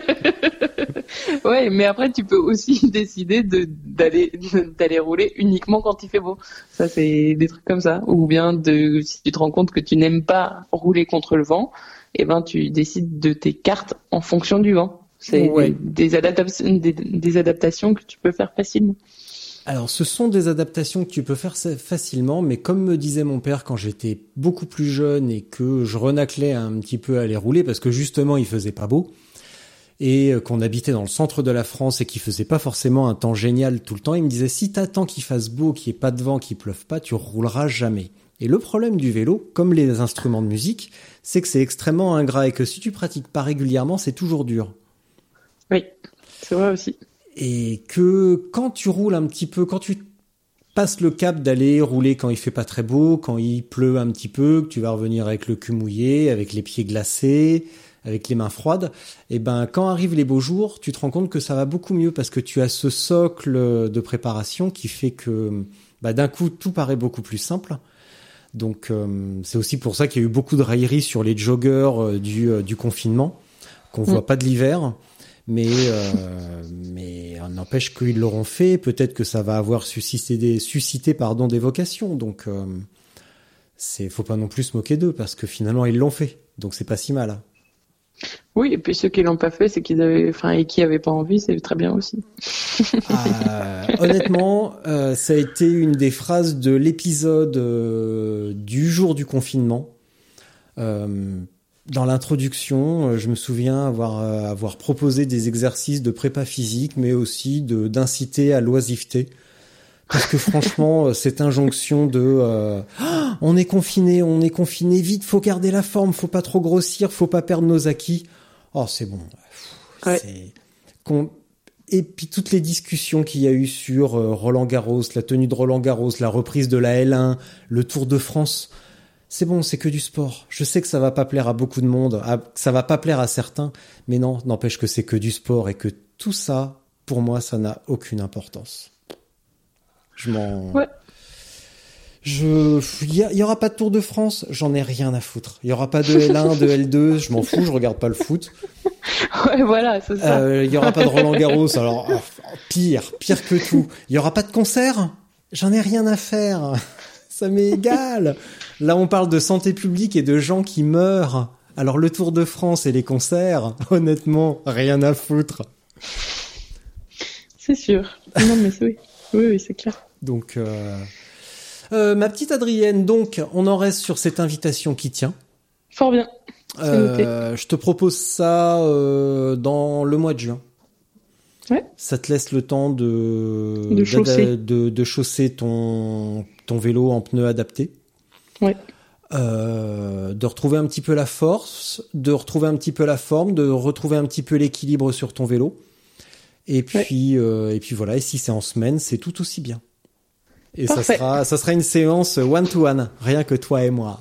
Ouais, mais après tu peux aussi décider de d'aller d'aller rouler uniquement quand il fait beau. Ça c'est des trucs comme ça. Ou bien de si tu te rends compte que tu n'aimes pas rouler contre le vent, eh ben tu décides de tes cartes en fonction du vent. C'est ouais. des, des adaptations des, des adaptations que tu peux faire facilement.
Alors, ce sont des adaptations que tu peux faire facilement, mais comme me disait mon père quand j'étais beaucoup plus jeune et que je renaclais un petit peu à aller rouler parce que justement il faisait pas beau et qu'on habitait dans le centre de la France et qu'il faisait pas forcément un temps génial tout le temps, il me disait si t'attends qu'il fasse beau, qu'il n'y ait pas de vent, qu'il pleuve pas, tu rouleras jamais. Et le problème du vélo, comme les instruments de musique, c'est que c'est extrêmement ingrat et que si tu pratiques pas régulièrement, c'est toujours dur.
Oui, c'est vrai aussi.
Et que quand tu roules un petit peu, quand tu passes le cap d'aller rouler quand il fait pas très beau, quand il pleut un petit peu, que tu vas revenir avec le cul mouillé, avec les pieds glacés, avec les mains froides, et ben quand arrivent les beaux jours, tu te rends compte que ça va beaucoup mieux parce que tu as ce socle de préparation qui fait que bah, d'un coup tout paraît beaucoup plus simple. Donc euh, c'est aussi pour ça qu'il y a eu beaucoup de railleries sur les joggeurs euh, du, euh, du confinement, qu'on mmh. voit pas de l'hiver. Mais euh, mais on n'empêche qu'ils l'auront fait. Peut-être que ça va avoir suscité des suscité pardon des vocations. Donc euh, c'est faut pas non plus se moquer d'eux parce que finalement ils l'ont fait. Donc c'est pas si mal.
Oui, et puis ceux qui l'ont pas fait, c'est qu'ils avaient, enfin et qui avaient pas envie, c'est très bien aussi.
euh, honnêtement, euh, ça a été une des phrases de l'épisode euh, du jour du confinement. Euh, Dans l'introduction, je me souviens avoir euh, avoir proposé des exercices de prépa physique, mais aussi de d'inciter à l'oisiveté, parce que franchement, cette injonction de euh, oh, on est confiné, on est confiné, vite, faut garder la forme, faut pas trop grossir, faut pas perdre nos acquis. Oh, c'est bon.
Ouais.
C'est qu'on... Et puis toutes les discussions qu'il y a eu sur euh, Roland Garros, la tenue de Roland Garros, la reprise de la L un, le Tour de France. C'est bon, c'est que du sport. Je sais que ça va pas plaire à beaucoup de monde, à, ça va pas plaire à certains, mais non, n'empêche que c'est que du sport et que tout ça, pour moi, ça n'a aucune importance. Je m'en...
Ouais.
Je... Il y, y aura pas de Tour de France, j'en ai rien à foutre. Il y aura pas de L un, de L deux, je m'en fous, je regarde pas le foot.
Ouais, voilà, c'est ça.
Euh, il y aura pas de Roland Garros, alors oh, pire, pire que tout. Il y aura pas de concert, j'en ai rien à faire. Ça m'est égal. Là, on parle de santé publique et de gens qui meurent. Alors, le Tour de France et les concerts, honnêtement, rien à foutre.
C'est sûr. Non, mais c'est oui. Oui, oui, c'est clair.
Donc, euh... Euh, ma petite Adrienne, donc, on en reste sur cette invitation qui tient.
Fort bien. C'est
euh,
noté.
Je te propose ça euh, dans le mois de juin.
Ouais.
Ça te laisse le temps de
de chausser,
de, de, de chausser ton ton vélo en pneus adaptés.
Ouais.
Euh, de retrouver un petit peu la force, de retrouver un petit peu la forme, de retrouver un petit peu l'équilibre sur ton vélo. Et puis ouais. euh, et puis voilà. Et si c'est en semaine, c'est tout aussi bien. Et Parfait. ça sera ça sera une séance one to one, rien que toi et moi.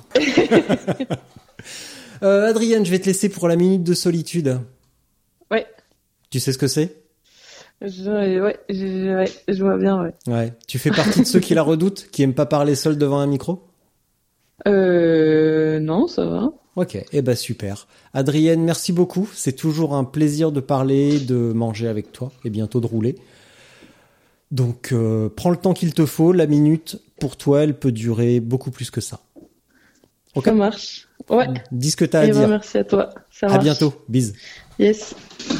euh, Adrienne, je vais te laisser pour la minute de solitude.
Ouais.
Tu sais ce que c'est?
Je, ouais, je, ouais, je vois bien, ouais.
Ouais. Tu fais partie de ceux qui la redoutent, qui aiment pas parler seul devant un micro?
Euh, non, ça va.
Ok, eh ben super. Adrienne, merci beaucoup. C'est toujours un plaisir de parler, de manger avec toi et bientôt de rouler. Donc, euh, prends le temps qu'il te faut. La minute, pour toi, elle peut durer beaucoup plus que ça.
Okay. Ça marche. Ouais.
Dis ce que t'as à
et
dire.
Ben, merci à toi. Ça marche.
À bientôt. Bisous.
Yes.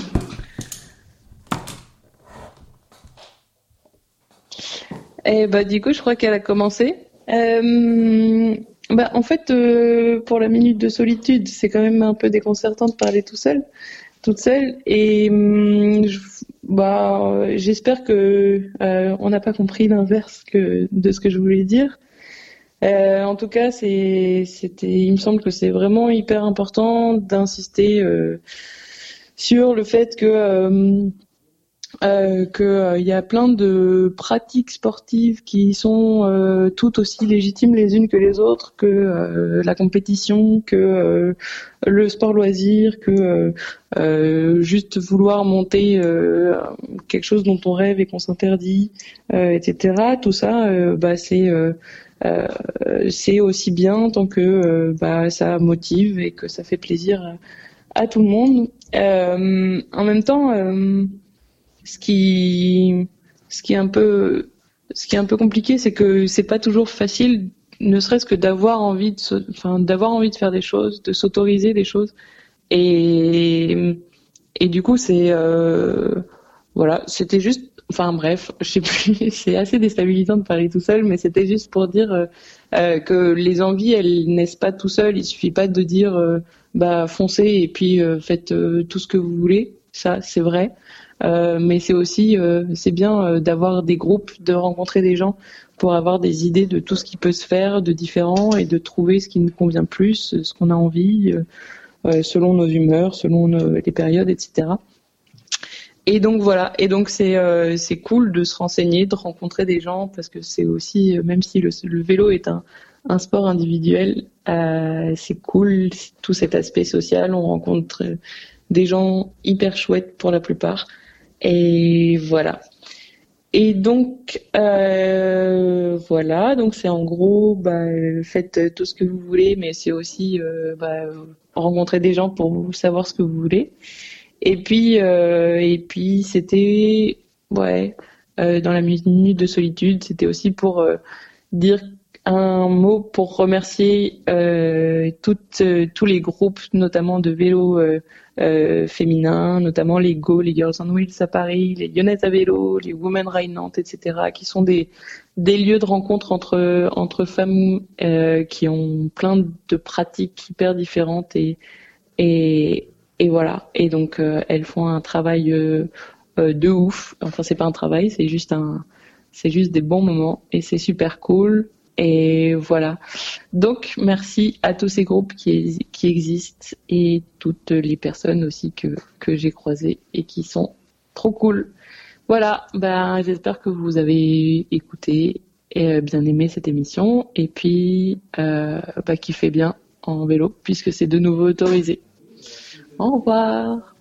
Et bah du coup, je crois qu'elle a commencé. Euh, bah en fait, euh, pour la minute de solitude, c'est quand même un peu déconcertant de parler tout seul, toute seule. Et euh, je, bah j'espère que euh, on n'a pas compris l'inverse que de ce que je voulais dire. Euh, en tout cas, c'est, c'était, il me semble que c'est vraiment hyper important d'insister euh, sur le fait que euh, Euh, que euh, y a plein de pratiques sportives qui sont euh, toutes aussi légitimes les unes que les autres, que euh, la compétition, que euh, le sport loisir, que euh, euh, juste vouloir monter euh, quelque chose dont on rêve et qu'on s'interdit, euh, et cetera. Tout ça, euh, bah c'est euh, euh, c'est aussi bien tant que euh, bah ça motive et que ça fait plaisir à, à tout le monde. Euh, en même temps. Euh, Ce qui, ce qui est un peu, ce qui est un peu compliqué, c'est que c'est pas toujours facile, ne serait-ce que d'avoir envie de, enfin, d'avoir envie de faire des choses, de s'autoriser des choses. Et, et du coup, c'est, euh, voilà, c'était juste, enfin bref, je sais plus, c'est assez déstabilisant de parler tout seul, mais c'était juste pour dire euh, que les envies, elles naissent pas tout seul. Il suffit pas de dire, euh, bah foncez et puis euh, faites euh, tout ce que vous voulez. Ça, c'est vrai. Euh, mais c'est aussi euh, c'est bien euh, d'avoir des groupes, de rencontrer des gens pour avoir des idées de tout ce qui peut se faire de différent et de trouver ce qui nous convient plus, ce qu'on a envie, euh, selon nos humeurs, selon nos, les périodes, et cetera. Et donc voilà. Et donc c'est euh, c'est cool de se renseigner, de rencontrer des gens parce que c'est aussi, même si le, le vélo est un un sport individuel, euh, c'est cool tout cet aspect social. On rencontre des gens hyper chouettes pour la plupart. Et voilà. Et donc euh, voilà, donc c'est en gros, bah, faites tout ce que vous voulez, mais c'est aussi euh, bah, rencontrer des gens pour savoir ce que vous voulez. Et puis euh, et puis c'était ouais euh, dans la minute de solitude, c'était aussi pour euh, dire un mot pour remercier euh, toutes euh, tous les groupes, notamment de vélo euh, euh, féminins, notamment les Go, les Girls on Wheels à Paris, les Lyonnaises à vélo, les Women Ride Nantes, et cetera, qui sont des des lieux de rencontre entre entre femmes euh, qui ont plein de pratiques hyper différentes et et et voilà. Et donc euh, elles font un travail euh, euh, de ouf. Enfin c'est pas un travail, c'est juste un c'est juste des bons moments et c'est super cool. Et voilà. Donc, merci à tous ces groupes qui, qui existent et toutes les personnes aussi que, que j'ai croisées et qui sont trop cool. Voilà. Ben, j'espère que vous avez écouté et bien aimé cette émission et puis, euh, bah, kiffez bien en vélo puisque c'est de nouveau autorisé. Au revoir.